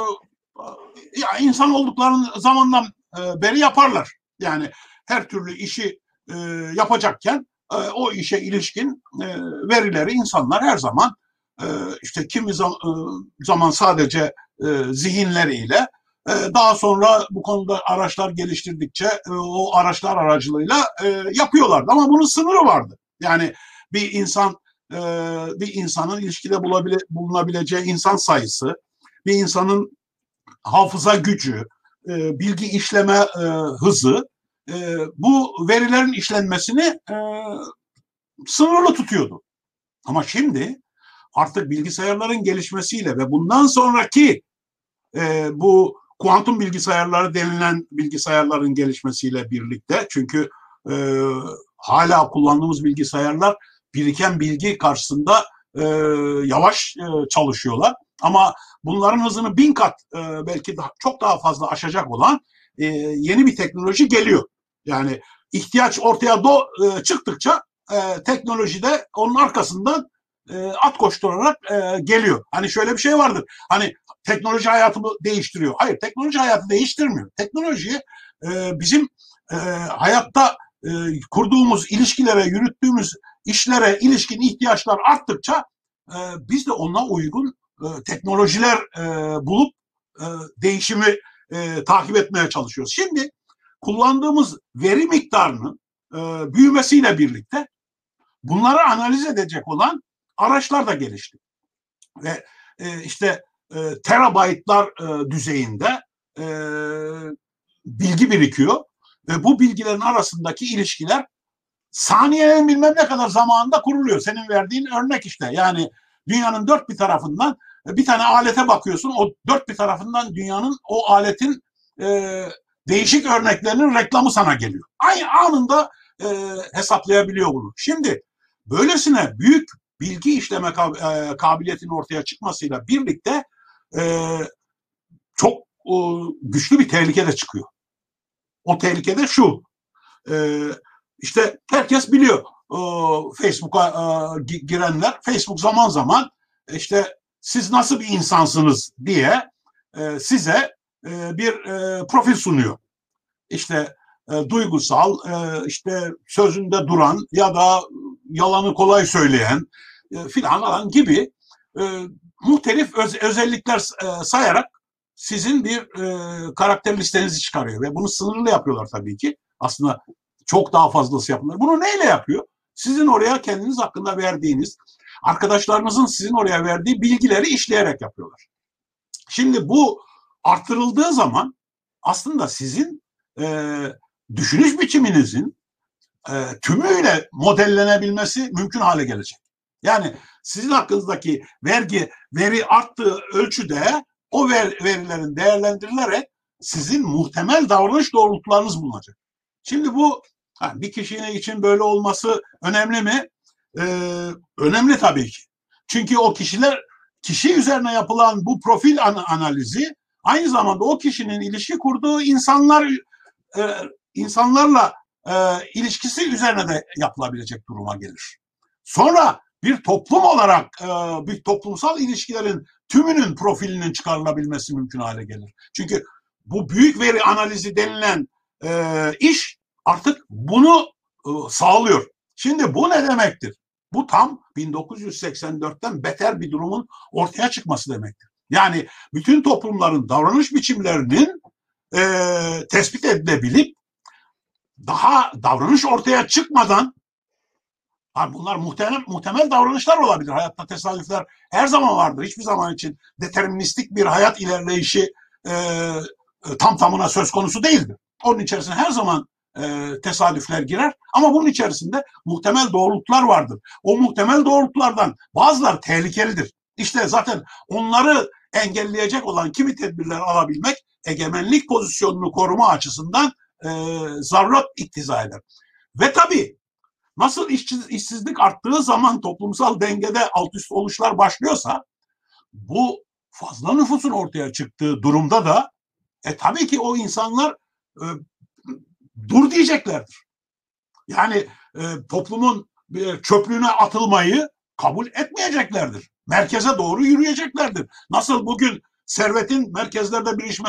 insan olduklarının zamandan beri yaparlar. Yani her türlü işi yapacakken o işe ilişkin verileri insanlar her zaman işte kimi zaman sadece zihinleriyle daha sonra bu konuda araçlar geliştirdikçe o araçlar aracılığıyla yapıyorlardı. Ama bunun sınırı vardı. Yani bir insanın ilişkide bulunabileceği insan sayısı, bir insanın hafıza gücü, bilgi işleme hızı bu verilerin işlenmesini sınırlı tutuyordu. Ama şimdi artık bilgisayarların gelişmesiyle ve bundan sonraki bu kuantum bilgisayarları denilen bilgisayarların gelişmesiyle birlikte, çünkü hala kullandığımız bilgisayarlar biriken bilgi karşısında yavaş çalışıyorlar. Ama bunların hızını 1000 kat belki çok daha fazla aşacak olan yeni bir teknoloji geliyor. Yani ihtiyaç ortaya çıktıkça teknolojide onun arkasından at koşturarak geliyor. Hani şöyle bir şey vardır. Hani teknoloji hayatımı değiştiriyor. Hayır, teknoloji hayatı değiştirmiyor. Teknoloji bizim hayatta kurduğumuz ilişkilere, yürüttüğümüz işlere ilişkin ihtiyaçlar arttıkça biz de ona uygun teknolojiler bulup değişimi takip etmeye çalışıyoruz. Şimdi kullandığımız veri miktarının büyümesiyle birlikte bunları analiz edecek olan araçlar da gelişti. Ve işte terabaytlar düzeyinde bilgi birikiyor ve bu bilgilerin arasındaki ilişkiler saniyenin bilmem ne kadar zamanında kuruluyor. Senin verdiğin örnek işte. Yani dünyanın dört bir tarafından bir tane alete bakıyorsun. O dört bir tarafından dünyanın o aletin değişik örneklerinin reklamı sana geliyor. Aynı anında hesaplayabiliyor bunu. Şimdi böylesine büyük bilgi işleme kabiliyetinin ortaya çıkmasıyla birlikte çok güçlü bir tehlike de çıkıyor. O tehlike de şu. İşte herkes biliyor, Facebook'a girenler, Facebook zaman zaman işte siz nasıl bir insansınız diye size bir profil sunuyor. İşte duygusal, işte sözünde duran ya da yalanı kolay söyleyen filan gibi muhtelif özellikler sayarak sizin bir karakter listenizi çıkarıyor ve bunu sınırlı yapıyorlar tabii ki. Aslında çok daha fazlası yapılır. Bunu neyle yapıyor? Sizin oraya kendiniz hakkında verdiğiniz, arkadaşlarınızın sizin oraya verdiği bilgileri işleyerek yapıyorlar. Şimdi bu arttırıldığı zaman aslında sizin düşünüş biçiminizin tümüyle modellenebilmesi mümkün hale gelecek. Yani sizin hakkınızdaki veri arttığı ölçüde o verilerin değerlendirilerek sizin muhtemel davranış doğrultularınız bulunacak. Şimdi bu bir kişinin için böyle olması önemli mi? Önemli tabii ki. Çünkü o kişi üzerine yapılan bu profil analizi aynı zamanda o kişinin ilişki kurduğu insanlarla ilişkisi üzerine de yapılabilecek duruma gelir. Sonra bir toplum olarak bir toplumsal ilişkilerin tümünün profilinin çıkarılabilmesi mümkün hale gelir. Çünkü bu büyük veri analizi denilen iş artık bunu sağlıyor. Şimdi bu ne demektir? Bu tam 1984'ten beter bir durumun ortaya çıkması demektir. Yani bütün toplumların davranış biçimlerinin tespit edilebilip daha davranış ortaya çıkmadan, bunlar muhtemel davranışlar olabilir. Hayatta tesadüfler her zaman vardır. Hiçbir zaman için deterministik bir hayat ilerleyişi tam tamına söz konusu değildir. Onun içerisine her zaman tesadüfler girer ama bunun içerisinde muhtemel doğrultular vardır. O muhtemel doğrultulardan bazıları tehlikelidir. İşte zaten onları engelleyecek olan kimi tedbirler alabilmek egemenlik pozisyonunu koruma açısından zaruret iktiza eder. Ve tabii Nasıl işsizlik arttığı zaman toplumsal dengede alt üst oluşlar başlıyorsa, bu fazla nüfusun ortaya çıktığı durumda da tabii ki o insanlar dur diyeceklerdir. Yani toplumun çöplüğüne atılmayı kabul etmeyeceklerdir. Merkeze doğru yürüyeceklerdir. Nasıl bugün servetin merkezlerde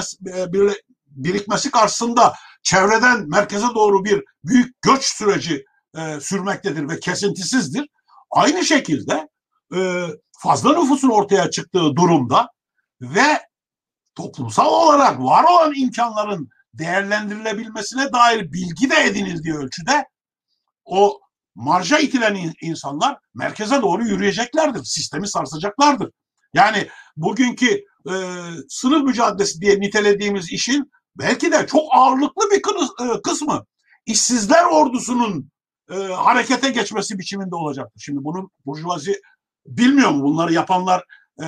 birikmesi karşısında çevreden merkeze doğru bir büyük göç süreci sürmektedir ve kesintisizdir. Aynı şekilde fazla nüfusun ortaya çıktığı durumda ve toplumsal olarak var olan imkanların değerlendirilebilmesine dair bilgi de edinildiği ölçüde o marja itilen insanlar merkeze doğru yürüyeceklerdir. Sistemi sarsacaklardır. Yani bugünkü sınıf mücadelesi diye nitelediğimiz işin belki de çok ağırlıklı bir kısmı işsizler ordusunun harekete geçmesi biçiminde olacaktır. Şimdi bunu burjuvazi bilmiyor mu? Bunları yapanlar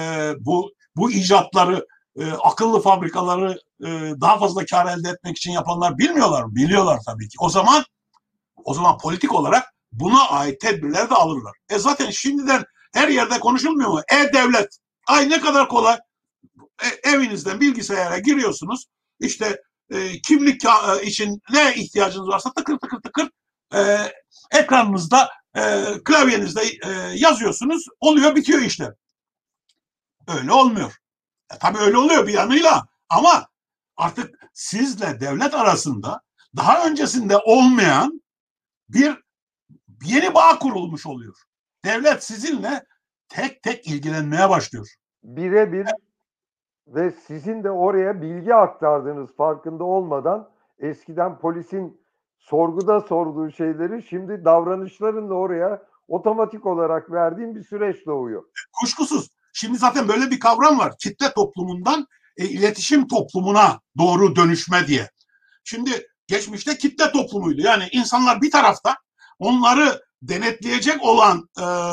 bu icatları, akıllı fabrikaları daha fazla kar elde etmek için yapanlar bilmiyorlar mı? Biliyorlar tabii ki. O zaman politik olarak buna ait tedbirler de alırlar. Zaten şimdiden her yerde konuşulmuyor mu? E-Devlet. Ay ne kadar kolay. Evinizden bilgisayara giriyorsunuz. İşte kimlik için ne ihtiyacınız varsa tıkır tıkır tıkır ekranınızda, klavyenizde yazıyorsunuz. Oluyor, bitiyor işler. Öyle olmuyor. Tabii öyle oluyor bir yanıyla ama artık sizle devlet arasında daha öncesinde olmayan bir yeni bağ kurulmuş oluyor. Devlet sizinle tek tek ilgilenmeye başlıyor. Birebir ve sizin de oraya bilgi aktardığınız farkında olmadan eskiden polisin sorguda sorduğu şeyleri şimdi davranışlarınla oraya otomatik olarak verdiğin bir süreç doğuyor. Kuşkusuz. Şimdi zaten böyle bir kavram var. Kitle toplumundan iletişim toplumuna doğru dönüşme diye. Şimdi geçmişte kitle toplumuydu. Yani insanlar bir tarafta, onları denetleyecek olan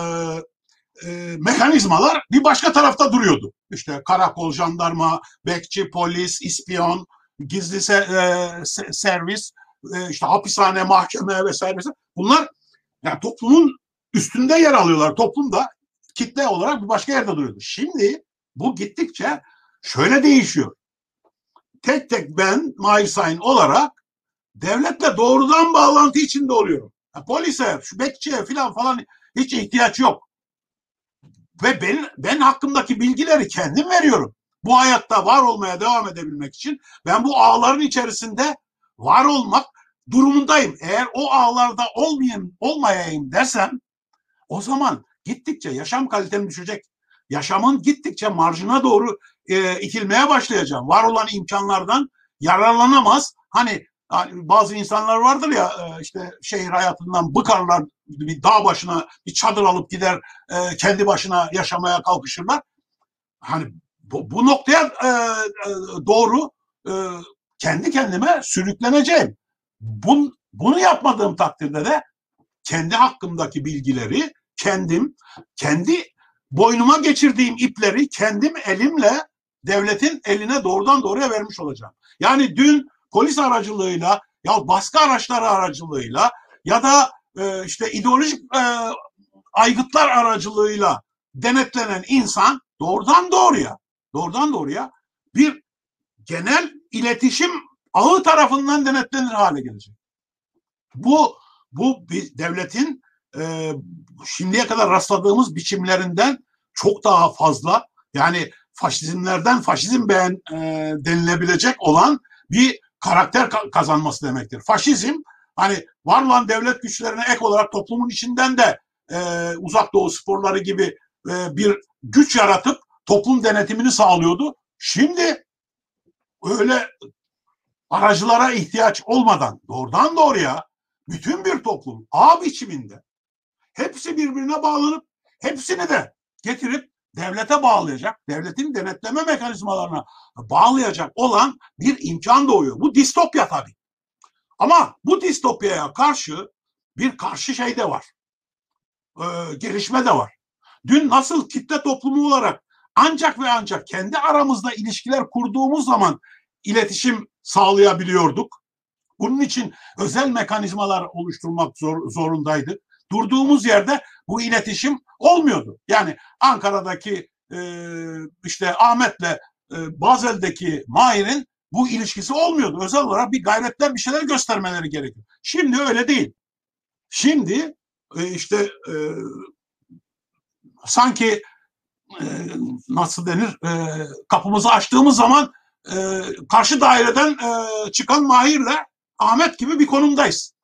mekanizmalar bir başka tarafta duruyordu. İşte karakol, jandarma, bekçi, polis, ispiyon, gizli servis, işte hapishane, mahkeme vesaire. Bunlar yani toplumun üstünde yer alıyorlar. Toplumda kitle olarak bir başka yerde duruyordu. Şimdi bu gittikçe şöyle değişiyor. Tek tek ben Mahir Sayın olarak devletle doğrudan bağlantı içinde oluyorum. Polise, şu bekçiye falan hiç ihtiyaç yok. Ve ben hakkımdaki bilgileri kendim veriyorum. Bu hayatta var olmaya devam edebilmek için ben bu ağların içerisinde var olmak durumundayım. Eğer o ağlarda olmayayım dersem o zaman gittikçe yaşam kalitem düşecek. Yaşamın gittikçe marjına doğru itilmeye başlayacağım. Var olan imkanlardan yararlanamaz. Hani bazı insanlar vardır ya işte şehir hayatından bıkarlar, bir dağ başına bir çadır alıp gider kendi başına yaşamaya kalkışırlar. Hani bu noktaya doğru kendi kendime sürükleneceğim. Bunu yapmadığım takdirde de kendi hakkımdaki bilgileri kendi boynuma geçirdiğim ipleri kendim elimle devletin eline doğrudan doğruya vermiş olacağım. Yani dün polis aracılığıyla ya baskı araçları aracılığıyla ya da işte ideolojik aygıtlar aracılığıyla denetlenen insan doğrudan doğruya bir genel iletişim ağı tarafından denetlenir hale gelecek. Bu devletin şimdiye kadar rastladığımız biçimlerinden çok daha fazla, yani faşizmlerden faşizm denilebilecek olan bir karakter kazanması demektir. Faşizm hani var olan devlet güçlerine ek olarak toplumun içinden de uzak doğu sporları gibi bir güç yaratıp toplum denetimini sağlıyordu. Şimdi öyle aracılara ihtiyaç olmadan doğrudan doğruya bütün bir toplum ağ biçiminde hepsi birbirine bağlanıp hepsini de getirip devlete bağlayacak, devletin denetleme mekanizmalarına bağlayacak olan bir imkan doğuyor. Bu distopya tabii. Ama bu distopyaya karşı bir karşı şey de var. Gelişme de var. Dün nasıl kitle toplumu olarak ancak ve ancak kendi aramızda ilişkiler kurduğumuz zaman iletişim sağlayabiliyorduk. Bunun için özel mekanizmalar oluşturmak zorundaydık. durduğumuz yerde bu iletişim olmuyordu. Yani Ankara'daki işte Ahmet'le Bazel'deki Mahir'in bu ilişkisi olmuyordu. Özel olarak bir gayretler, bir şeyler göstermeleri gerekiyor. Şimdi öyle değil. Şimdi işte sanki nasıl denir, kapımızı açtığımız zaman karşı daireden çıkan Mahir'le Ahmet gibi bir konumdayız.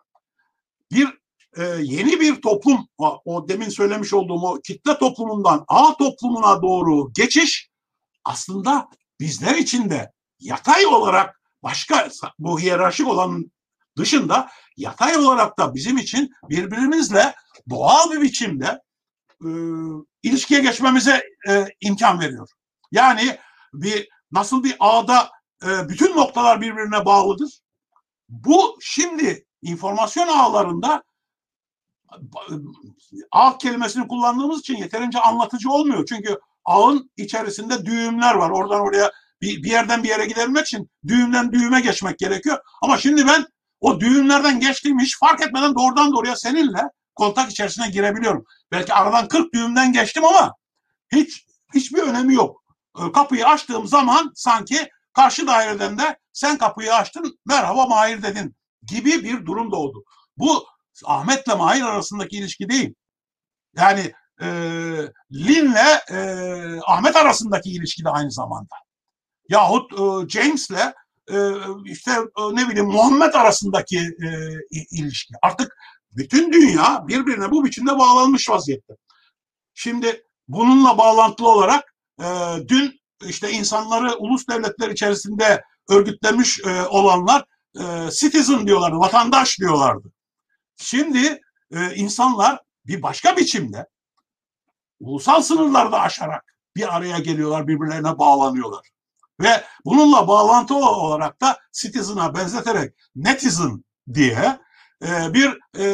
Yeni bir toplum, o demin söylemiş olduğum o kitle toplumundan ağ toplumuna doğru geçiş aslında bizler için de yatay olarak başka, bu hiyerarşik olan dışında yatay olarak da bizim için birbirimizle doğal bir biçimde ilişkiye geçmemize imkan veriyor. Yani nasıl bir ağda bütün noktalar birbirine bağlıdır. Bu şimdi informasyon ağlarında ağ kelimesini kullandığımız için yeterince anlatıcı olmuyor. Çünkü ağın içerisinde düğümler var. Oradan oraya bir yerden bir yere gidebilmek için düğümden düğüme geçmek gerekiyor. Ama şimdi ben o düğümlerden geçtiğimi hiç fark etmeden doğrudan doğruya seninle kontak içerisine girebiliyorum. Belki aradan 40 düğümden geçtim ama hiçbir önemi yok. Kapıyı açtığım zaman sanki karşı daireden de sen kapıyı açtın, merhaba Mahir dedin gibi bir durum doğdu. Bu Ahmet'le Mahir arasındaki ilişki değil. Yani Lin'le Ahmet arasındaki ilişki de aynı zamanda. Yahut James'le işte ne bileyim Muhammed arasındaki ilişki. Artık bütün dünya birbirine bu biçimde bağlanmış vaziyette. Şimdi bununla bağlantılı olarak dün işte insanları ulus devletler içerisinde örgütlemiş olanlar citizen diyorlardı, vatandaş diyorlardı. Şimdi insanlar bir başka biçimde ulusal sınırları da aşarak bir araya geliyorlar, birbirlerine bağlanıyorlar. Ve bununla bağlantılı olarak da citizen'a benzeterek netizen diye bir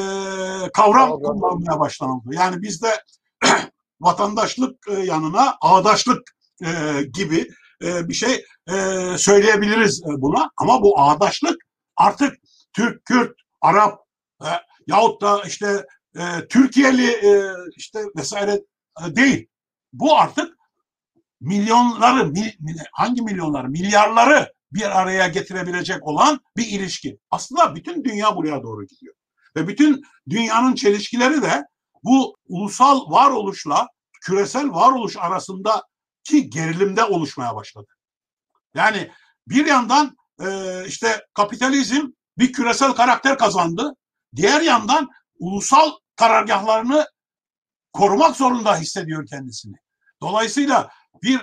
kavram kullanmaya başlanıldı. Yani bizde vatandaşlık yanına ağdaşlık gibi bir şey söyleyebiliriz buna. Ama bu ağdaşlık artık Türk, Kürt, Arap yahut da işte Türkiye'li işte vesaire değil. Bu artık milyonları, hangi milyonları, milyarları bir araya getirebilecek olan bir ilişki. Aslında bütün dünya buraya doğru gidiyor. Ve bütün dünyanın çelişkileri de bu ulusal varoluşla küresel varoluş arasındaki gerilimde oluşmaya başladı. Yani bir yandan işte kapitalizm bir küresel karakter kazandı. Diğer yandan ulusal karargahlarını korumak zorunda hissediyor kendisini. Dolayısıyla bir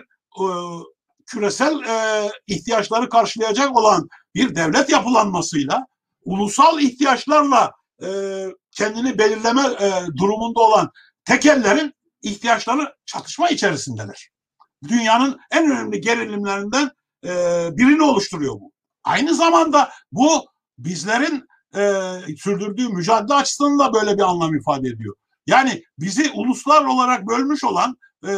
küresel ihtiyaçları karşılayacak olan bir devlet yapılanmasıyla ulusal ihtiyaçlarla kendini belirleme durumunda olan tekellerin ihtiyaçları çatışma içerisindeler. Dünyanın en önemli gerilimlerinden birini oluşturuyor bu. Aynı zamanda bu bizlerin sürdürdüğü mücadele açısından da böyle bir anlam ifade ediyor. Yani bizi uluslar olarak bölmüş olan,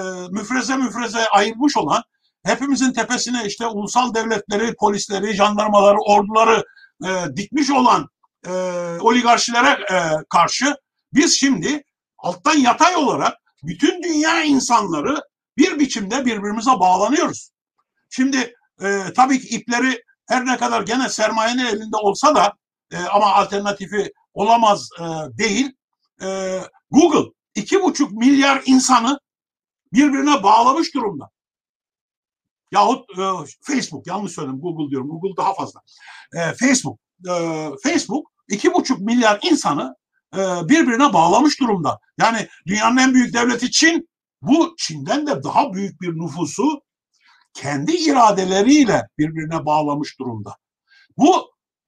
müfreze ayırmış olan, hepimizin tepesine işte ulusal devletleri, polisleri, jandarmaları, orduları dikmiş olan oligarşilere karşı biz şimdi alttan yatay olarak bütün dünya insanları bir biçimde birbirimize bağlanıyoruz. Şimdi tabii ki ipleri her ne kadar gene sermayenin elinde olsa da ama alternatifi olamaz değil. Google 2,5 milyar insanı birbirine bağlamış durumda. Yahut Facebook, yanlış söyledim, Google diyorum. Google daha fazla. Facebook 2,5 milyar insanı birbirine bağlamış durumda. Yani dünyanın en büyük devleti Çin, bu Çin'den de daha büyük bir nüfusu kendi iradeleriyle birbirine bağlamış durumda. Bu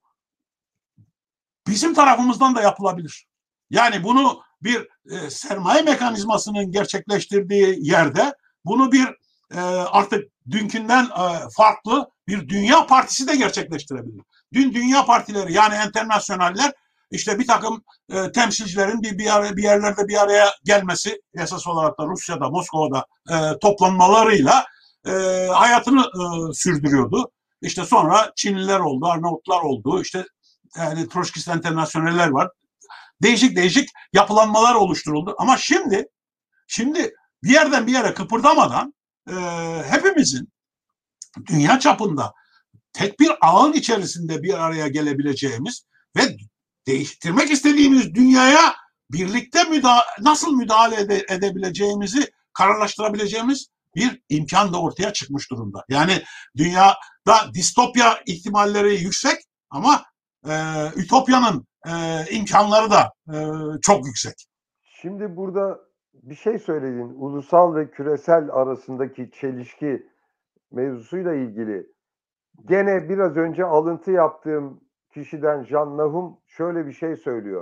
bizim tarafımızdan da yapılabilir. Yani bunu bir sermaye mekanizmasının gerçekleştirdiği yerde bunu bir artık dünkünden farklı bir dünya partisi de gerçekleştirebilir. Dün dünya partileri yani enternasyonaller işte bir takım temsilcilerin bir yerlerde bir araya gelmesi, esas olarak da Rusya'da, Moskova'da toplanmalarıyla hayatını sürdürüyordu. İşte sonra Çinliler oldu, Arnavutlar oldu, işte yani Troçkist enternasyonel'ler var. değişik değişik yapılanmalar oluşturuldu. Ama şimdi bir yerden bir yere kıpırdamadan hepimizin dünya çapında tek bir ağın içerisinde bir araya gelebileceğimiz ve değiştirmek istediğimiz dünyaya birlikte nasıl müdahale edebileceğimizi kararlaştırabileceğimiz bir imkan da ortaya çıkmış durumda. Yani dünyada distopya ihtimalleri yüksek ama ütopyanın imkanları da çok yüksek. Şimdi burada bir şey söyledin. Ulusal ve küresel arasındaki çelişki mevzusuyla ilgili. Gene biraz önce alıntı yaptığım kişiden Jean Nahum şöyle bir şey söylüyor.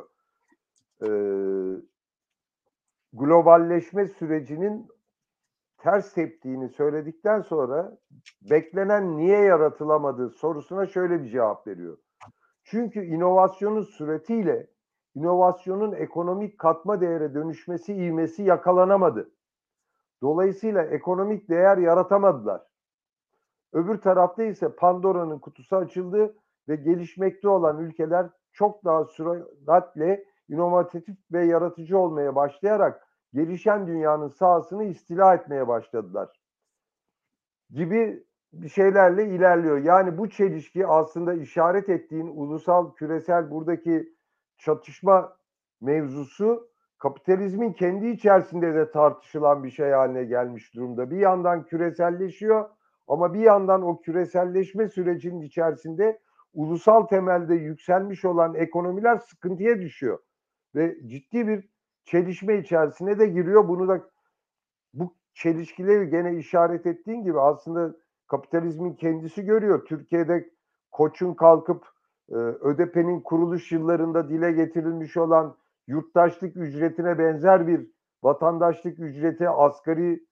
Globalleşme sürecinin ters teptiğini söyledikten sonra beklenen niye yaratılamadığı sorusuna şöyle bir cevap veriyor. Çünkü inovasyonun süretiyle inovasyonun ekonomik katma değere dönüşmesi ivmesi yakalanamadı. Dolayısıyla ekonomik değer yaratamadılar. Öbür tarafta ise Pandora'nın kutusu açıldı ve gelişmekte olan ülkeler çok daha süratle inovatif ve yaratıcı olmaya başlayarak gelişen dünyanın sahasını istila etmeye başladılar gibi bir şeylerle ilerliyor. Yani bu çelişki aslında işaret ettiğin ulusal, küresel buradaki çatışma mevzusu kapitalizmin kendi içerisinde de tartışılan bir şey haline gelmiş durumda. Bir yandan küreselleşiyor ama bir yandan o küreselleşme sürecinin içerisinde ulusal temelde yükselmiş olan ekonomiler sıkıntıya düşüyor. Ve ciddi bir çelişme içerisine de giriyor. Bunu da bu çelişkileri gene işaret ettiğin gibi aslında kapitalizmin kendisi görüyor. Türkiye'de Koç'un kalkıp ÖDP'nin kuruluş yıllarında dile getirilmiş olan yurttaşlık ücretine benzer bir vatandaşlık ücreti, asgari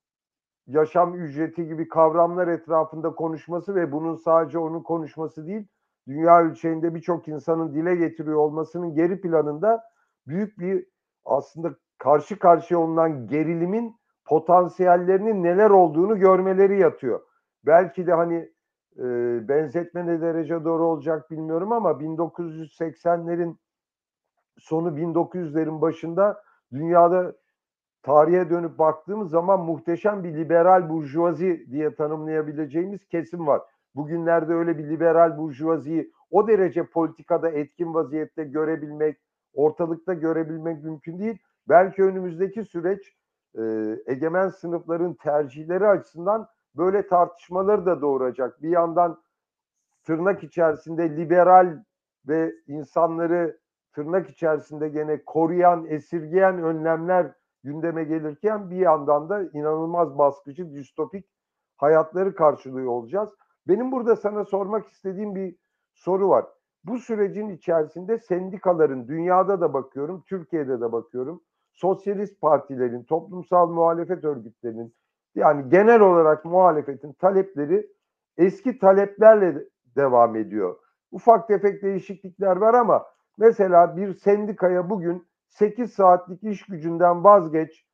yaşam ücreti gibi kavramlar etrafında konuşması ve bunun sadece onun konuşması değil, dünya ölçeğinde birçok insanın dile getiriyor olmasının geri planında büyük bir aslında karşı karşıya olunan gerilimin potansiyellerinin neler olduğunu görmeleri yatıyor. Belki de hani benzetme ne derece doğru olacak bilmiyorum ama 1980'lerin sonu 1900'lerin başında dünyada tarihe dönüp baktığımız zaman muhteşem bir liberal burjuvazi diye tanımlayabileceğimiz kesim var. Bugünlerde öyle bir liberal burjuvaziyi o derece politikada etkin vaziyette görebilmek, ortalıkta görebilmek mümkün değil. Belki önümüzdeki süreç egemen sınıfların tercihleri açısından böyle tartışmaları da doğuracak. Bir yandan tırnak içerisinde liberal ve insanları tırnak içerisinde gene koruyan, esirgeyen önlemler gündeme gelirken bir yandan da inanılmaz baskıcı, distopik hayatları karşılıyor olacağız. Benim burada sana sormak istediğim bir soru var. Bu sürecin içerisinde sendikaların, dünyada da bakıyorum, Türkiye'de de bakıyorum, sosyalist partilerin, toplumsal muhalefet örgütlerinin, yani genel olarak muhalefetin talepleri eski taleplerle devam ediyor. Ufak tefek değişiklikler var ama mesela bir sendikaya bugün 8 saatlik iş gücünden vazgeç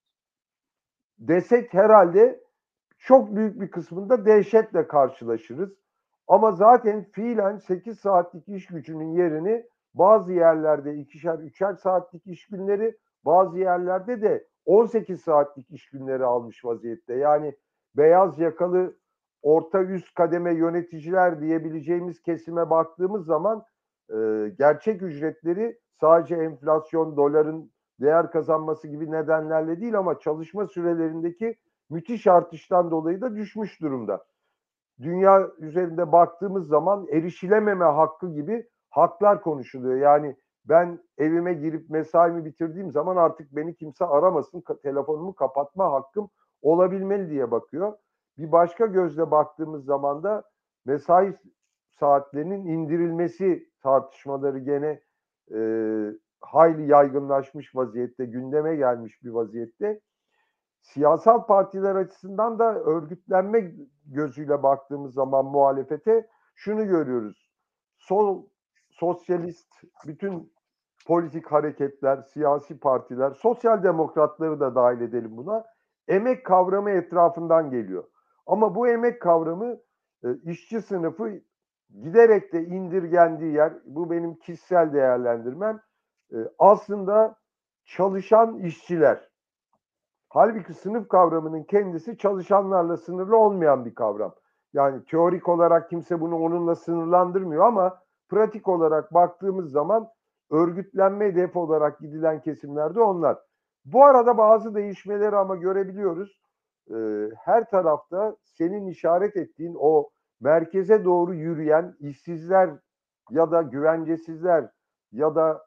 desek herhalde çok büyük bir kısmında dehşetle karşılaşırız. Ama zaten fiilen 8 saatlik iş gücünün yerini bazı yerlerde 2'şer 3'er saatlik iş günleri, bazı yerlerde de 18 saatlik iş günleri almış vaziyette. Yani beyaz yakalı orta üst kademe yöneticiler diyebileceğimiz kesime baktığımız zaman gerçek ücretleri sadece enflasyon, doların değer kazanması gibi nedenlerle değil ama çalışma sürelerindeki müthiş artıştan dolayı da düşmüş durumda. Dünya üzerinde baktığımız zaman erişilememe hakkı gibi haklar konuşuluyor. Yani ben evime girip mesaimi bitirdiğim zaman artık beni kimse aramasın, telefonumu kapatma hakkım olabilmeli diye bakıyor. Bir başka gözle baktığımız zaman da mesai saatlerinin indirilmesi tartışmaları gene hayli yaygınlaşmış vaziyette, gündeme gelmiş bir vaziyette. Siyasal partiler açısından da örgütlenme gözüyle baktığımız zaman muhalefete şunu görüyoruz. Sol, sosyalist, bütün politik hareketler, siyasi partiler, sosyal demokratları da dahil edelim buna, emek kavramı etrafından geliyor. Ama bu emek kavramı işçi sınıfı giderek de indirgendiği yer, bu benim kişisel değerlendirmem, aslında çalışan işçiler. Halbuki sınıf kavramının kendisi çalışanlarla sınırlı olmayan bir kavram. Yani teorik olarak kimse bunu onunla sınırlandırmıyor ama pratik olarak baktığımız zaman örgütlenme hedefi olarak gidilen kesimlerde onlar. Bu arada bazı değişmeleri ama görebiliyoruz. Her tarafta senin işaret ettiğin o merkeze doğru yürüyen işsizler ya da güvencesizler ya da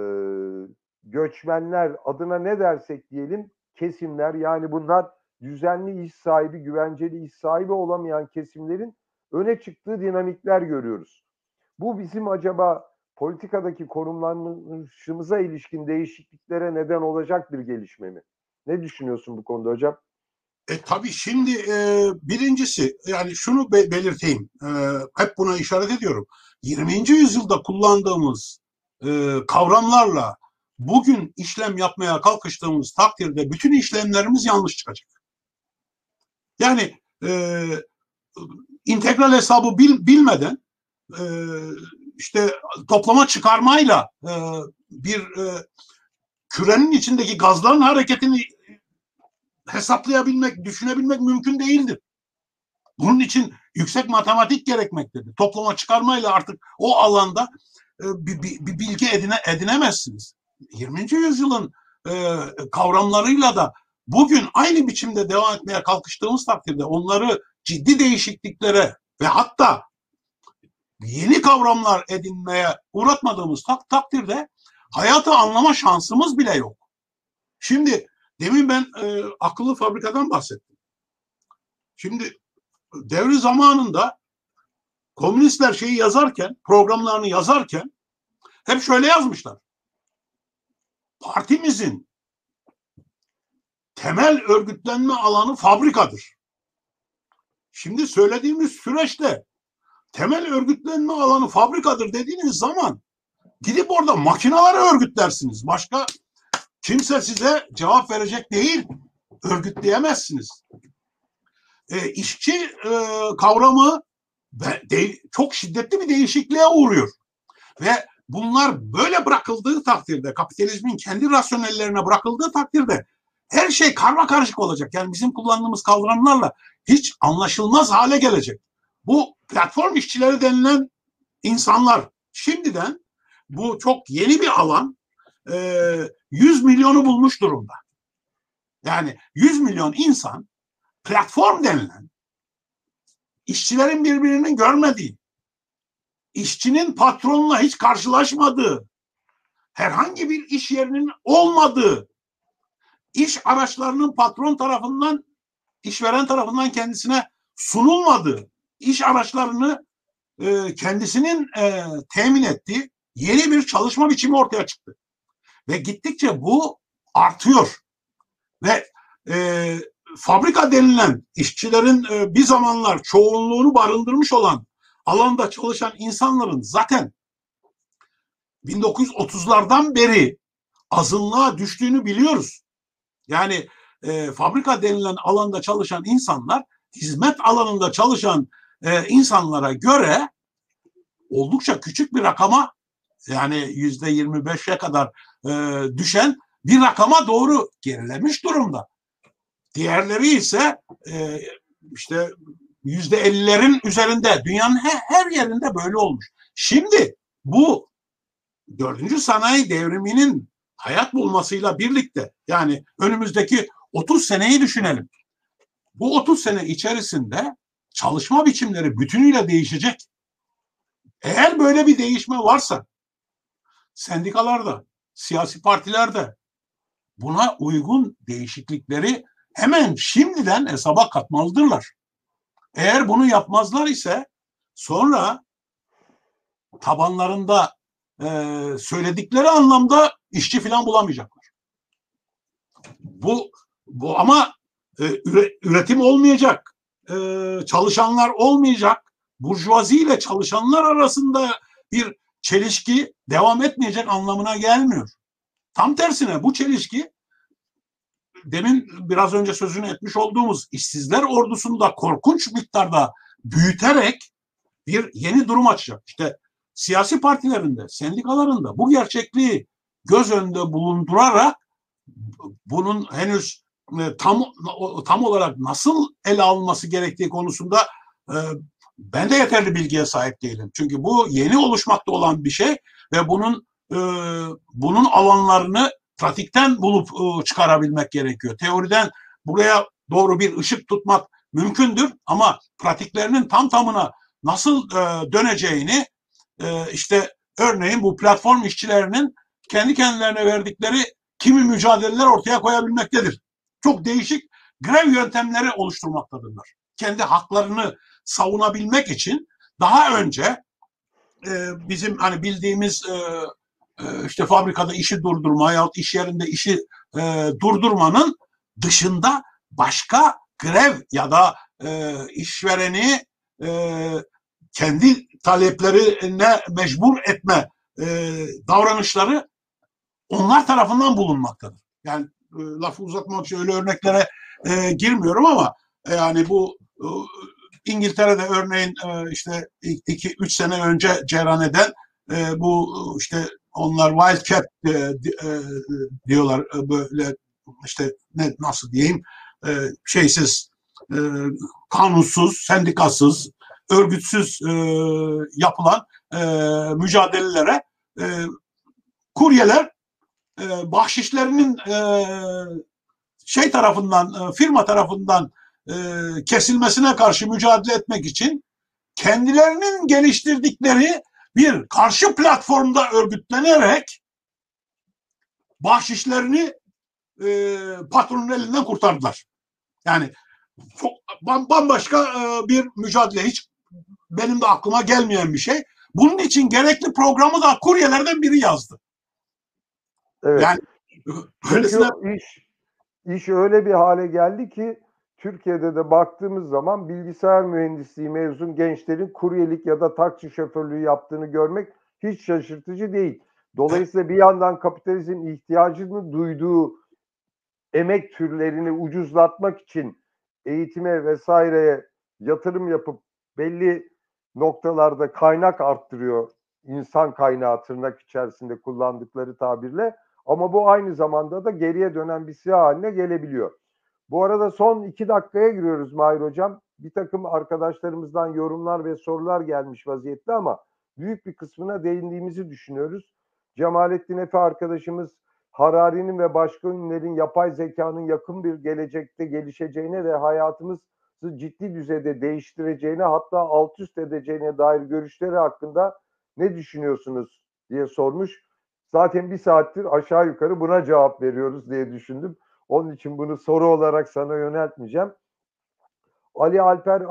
göçmenler adına ne dersek diyelim kesimler, yani bunlar düzenli iş sahibi, güvenceli iş sahibi olamayan kesimlerin öne çıktığı dinamikler görüyoruz. Bu bizim acaba politikadaki konumlanışımıza ilişkin değişikliklere neden olacak bir gelişme mi? Ne düşünüyorsun bu konuda hocam? Tabii şimdi birincisi yani şunu belirteyim. Hep buna işaret ediyorum. 20. yüzyılda kullandığımız kavramlarla bugün işlem yapmaya kalkıştığımız takdirde bütün işlemlerimiz yanlış çıkacak. Yani integral hesabı bilmeden işte toplama çıkarmayla bir kürenin içindeki gazların hareketini hesaplayabilmek, düşünebilmek mümkün değildir. Bunun için yüksek matematik gerekmektedir. Toplama çıkarmayla artık o alanda bir bilgi edinemezsiniz. 20. yüzyılın kavramlarıyla da bugün aynı biçimde devam etmeye kalkıştığımız takdirde onları ciddi değişikliklere ve hatta yeni kavramlar edinmeye uğratmadığımız takdirde hayatı anlama şansımız bile yok. Şimdi demin ben akıllı fabrikadan bahsettim. Şimdi devri zamanında komünistler şeyi yazarken, programlarını yazarken hep şöyle yazmışlar. Partimizin temel örgütlenme alanı fabrikadır. Şimdi söylediğimiz süreçte temel örgütlenme alanı fabrikadır dediğiniz zaman gidip orada makineleri örgütlersiniz. Başka kimse size cevap verecek değil. Örgütleyemezsiniz. İşçi kavramı çok şiddetli bir değişikliğe uğruyor. Ve bunlar böyle bırakıldığı takdirde, kapitalizmin kendi rasyonellerine bırakıldığı takdirde her şey karmakarışık olacak. Yani bizim kullandığımız kavramlarla hiç anlaşılmaz hale gelecek. Bu platform işçileri denilen insanlar şimdiden bu çok yeni bir alan 100 milyonu bulmuş durumda. Yani 100 milyon insan platform denilen işçilerin birbirinin görmediği, işçinin patronla hiç karşılaşmadığı, herhangi bir iş yerinin olmadığı, iş araçlarının patron tarafından, işveren tarafından kendisine sunulmadığı, iş araçlarını kendisinin temin ettiği yeni bir çalışma biçimi ortaya çıktı. Ve gittikçe bu artıyor. Ve fabrika denilen işçilerin bir zamanlar çoğunluğunu barındırmış olan alanda çalışan insanların zaten 1930'lardan beri azınlığa düştüğünü biliyoruz. Yani fabrika denilen alanda çalışan insanlar hizmet alanında çalışan insanlara göre oldukça küçük bir rakama, yani %25'e kadar düşen bir rakama doğru gerilemiş durumda. Diğerleri ise işte %50'lerin üzerinde, dünyanın her yerinde böyle olmuş. Şimdi bu 4. sanayi devriminin hayat bulmasıyla birlikte, yani önümüzdeki 30 seneyi düşünelim. Bu 30 sene içerisinde çalışma biçimleri bütünüyle değişecek. Eğer böyle bir değişme varsa sendikalarda, siyasi partilerde buna uygun değişiklikleri hemen şimdiden hesaba katmalıdırlar. Eğer bunu yapmazlar ise sonra tabanlarında söyledikleri anlamda işçi falan bulamayacaklar. Bu ama üretim olmayacak, çalışanlar olmayacak, burjuvazi ile çalışanlar arasında bir çelişki devam etmeyecek anlamına gelmiyor. Tam tersine bu çelişki demin biraz önce sözünü etmiş olduğumuz işsizler ordusunu da korkunç miktarda büyüterek bir yeni durum açacak. İşte siyasi partilerinde, sendikalarında bu gerçekliği göz önünde bulundurarak bunun henüz tam olarak nasıl ele alınması gerektiği konusunda ben de yeterli bilgiye sahip değilim. Çünkü bu yeni oluşmakta olan bir şey ve bunun alanlarını pratikten bulup çıkarabilmek gerekiyor. Teoriden buraya doğru bir ışık tutmak mümkündür ama pratiklerinin tamına nasıl döneceğini işte örneğin bu platform işçilerinin kendi kendilerine verdikleri kimi mücadeleler ortaya koyabilmektedir. Çok değişik grev yöntemleri oluşturmaktadırlar. Kendi haklarını savunabilmek için daha önce bizim hani bildiğimiz işte fabrikada işi durdurma yahut iş yerinde işi durdurmanın dışında başka grev ya da işvereni kendi taleplerine mecbur etme davranışları onlar tarafından bulunmaktadır. Yani lafı uzatmak için öyle örneklere girmiyorum ama yani bu İngiltere'de örneğin işte 2-3 sene önce cereyan eden bu işte onlar wildcat diyorlar böyle işte nasıl diyeyim şeysiz kanunsuz, sendikasız, örgütsüz yapılan mücadelelere kuryeler bahşişlerinin firma tarafından kesilmesine karşı mücadele etmek için kendilerinin geliştirdikleri bir karşı platformda örgütlenerek bahşişlerini patronun elinden kurtardılar. Yani çok bambaşka bir mücadele, hiç benim de aklıma gelmeyen bir şey. Bunun için gerekli programı da kuryelerden biri yazdı. Evet. Yani öylesine... iş öyle bir hale geldi ki Türkiye'de de baktığımız zaman bilgisayar mühendisliği mezun gençlerin kuryelik ya da taksi şoförlüğü yaptığını görmek hiç şaşırtıcı değil. Dolayısıyla bir yandan kapitalizmin ihtiyacını duyduğu emek türlerini ucuzlatmak için eğitime vesaireye yatırım yapıp belli noktalarda kaynak arttırıyor. İnsan kaynağı tırnak içerisinde kullandıkları tabirle. Ama bu aynı zamanda da geriye dönen bir silah haline gelebiliyor. Bu arada son 2 dakikaya giriyoruz Mahir Hocam. Bir takım arkadaşlarımızdan yorumlar ve sorular gelmiş vaziyette ama büyük bir kısmına değindiğimizi düşünüyoruz. Cemalettin Efe arkadaşımız Harari'nin ve başka ünlülerin yapay zekanın yakın bir gelecekte gelişeceğine ve hayatımızı ciddi düzeyde değiştireceğine, hatta alt üst edeceğine dair görüşleri hakkında ne düşünüyorsunuz diye sormuş. Zaten 1 saattir aşağı yukarı buna cevap veriyoruz diye düşündüm. Onun için bunu soru olarak sana yöneltmeyeceğim. Ali Alper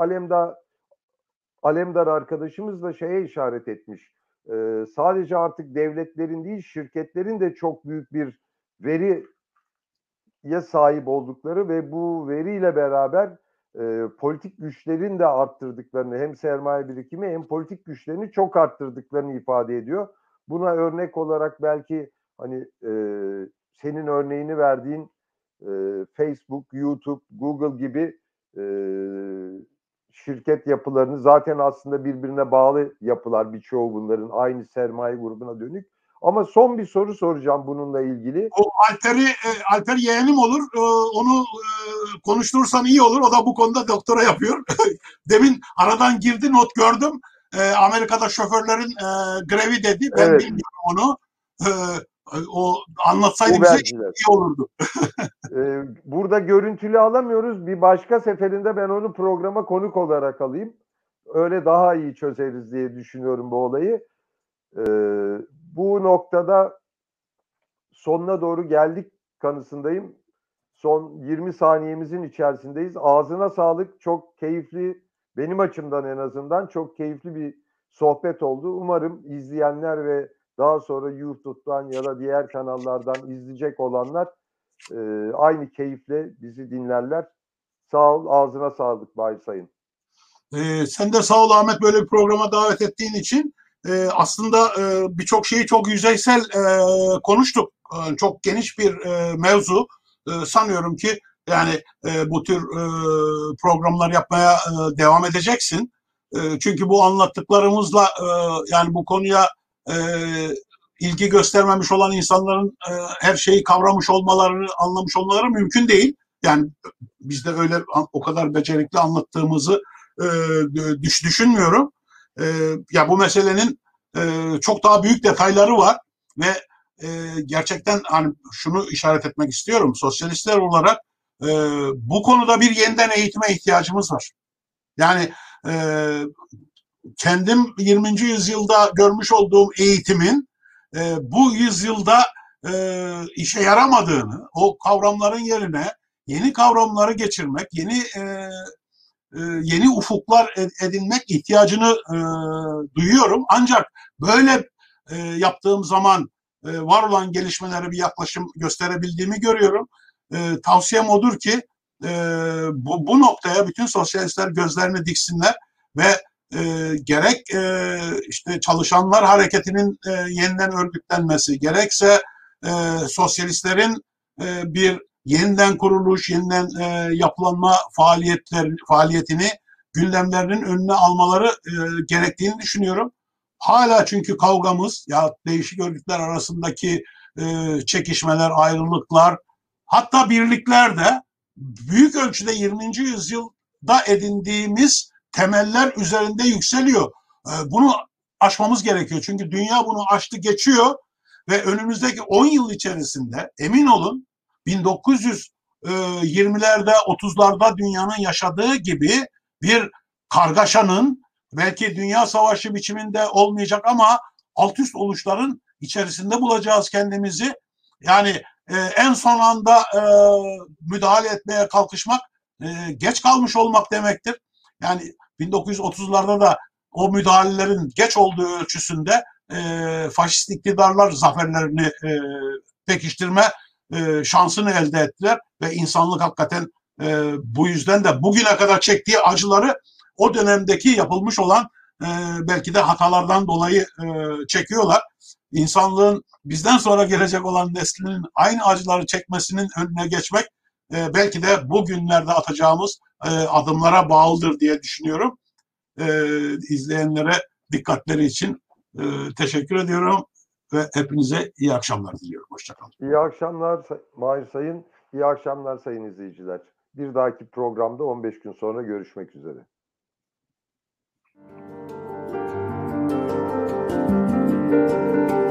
Alemdar arkadaşımız da şeye işaret etmiş. Sadece artık devletlerin değil, şirketlerin de çok büyük bir veriye sahip oldukları ve bu veriyle beraber politik güçlerin de arttırdıklarını, hem sermaye birikimi hem politik güçlerini çok arttırdıklarını ifade ediyor. Buna örnek olarak belki hani senin örneğini verdiğin Facebook, YouTube, Google gibi şirket yapılarını, zaten aslında birbirine bağlı yapılar birçoğu bunların, aynı sermaye grubuna dönük. Ama son bir soru soracağım bununla ilgili. O Alper yeğenim olur. Onu konuşturursan iyi olur. O da bu konuda doktora yapıyor. Demin aradan girdi, not gördüm. Amerika'da şoförlerin grevi dedi. Ben evet, bilmiyorum onu. O anlatsaydı bize iyi olurdu. Burada görüntülü alamıyoruz. Bir başka seferinde ben onu programa konuk olarak alayım. Öyle daha iyi çözeriz diye düşünüyorum bu olayı. Bu noktada sonuna doğru geldik kanısındayım. Son 20 saniyemizin içerisindeyiz. Ağzına sağlık. Çok keyifli, benim açımdan en azından çok keyifli bir sohbet oldu. Umarım izleyenler ve daha sonra YouTube'dan ya da diğer kanallardan izleyecek olanlar aynı keyifle bizi dinlerler. Sağ ol, ağzına sağlık Bahir Sayın. Sen de sağ ol Ahmet, böyle bir programa davet ettiğin için. Aslında birçok şeyi çok yüzeysel konuştuk. Çok geniş bir mevzu. Sanıyorum ki yani bu tür programlar yapmaya devam edeceksin. Çünkü bu anlattıklarımızla yani bu konuya ilgi göstermemiş olan insanların her şeyi kavramış olmaları, anlamış olmaları mümkün değil. Yani biz de öyle o kadar becerikli anlattığımızı düşünmüyorum. Ya bu meselenin çok daha büyük detayları var ve gerçekten hani şunu işaret etmek istiyorum. Sosyalistler olarak bu konuda bir yeniden eğitime ihtiyacımız var. Yani kendim 20. yüzyılda görmüş olduğum eğitimin bu yüzyılda işe yaramadığını, o kavramların yerine yeni kavramları geçirmek, yeni ufuklar edinmek ihtiyacını duyuyorum. Ancak böyle yaptığım zaman var olan gelişmelere bir yaklaşım gösterebildiğimi görüyorum. Tavsiyem odur ki bu noktaya bütün sosyalistler gözlerini diksinler ve gerek işte çalışanlar hareketinin yeniden örgütlenmesi, gerekse sosyalistlerin bir yeniden kuruluş, yeniden yapılanma faaliyetini gündemlerinin önüne almaları gerektiğini düşünüyorum. Hala çünkü kavgamız ya değişik örgütler arasındaki çekişmeler, ayrılıklar, hatta birlikler de büyük ölçüde 20. yüzyılda edindiğimiz temeller üzerinde yükseliyor. Bunu aşmamız gerekiyor. Çünkü dünya bunu aştı geçiyor ve önümüzdeki 10 yıl içerisinde emin olun 1920'lerde 30'larda dünyanın yaşadığı gibi bir kargaşanın belki dünya savaşı biçiminde olmayacak ama alt üst oluşların içerisinde bulacağız kendimizi. Yani en son anda müdahale etmeye kalkışmak geç kalmış olmak demektir. Yani 1930'larda da o müdahalelerin geç olduğu ölçüsünde faşist iktidarlar zaferlerini pekiştirme şansını elde ettiler ve insanlık hakikaten bu yüzden de bugüne kadar çektiği acıları o dönemdeki yapılmış olan belki de hatalardan dolayı çekiyorlar. İnsanlığın bizden sonra gelecek olan neslinin aynı acıları çekmesinin önüne geçmek belki de bugünlerde atacağımız adımlara bağlıdır diye düşünüyorum. İzleyenlere dikkatleri için teşekkür ediyorum ve hepinize iyi akşamlar diliyorum. Hoşçakalın. İyi akşamlar Mahir Sayın, iyi akşamlar sayın izleyiciler. Bir dahaki programda 15 gün sonra görüşmek üzere. Thank you.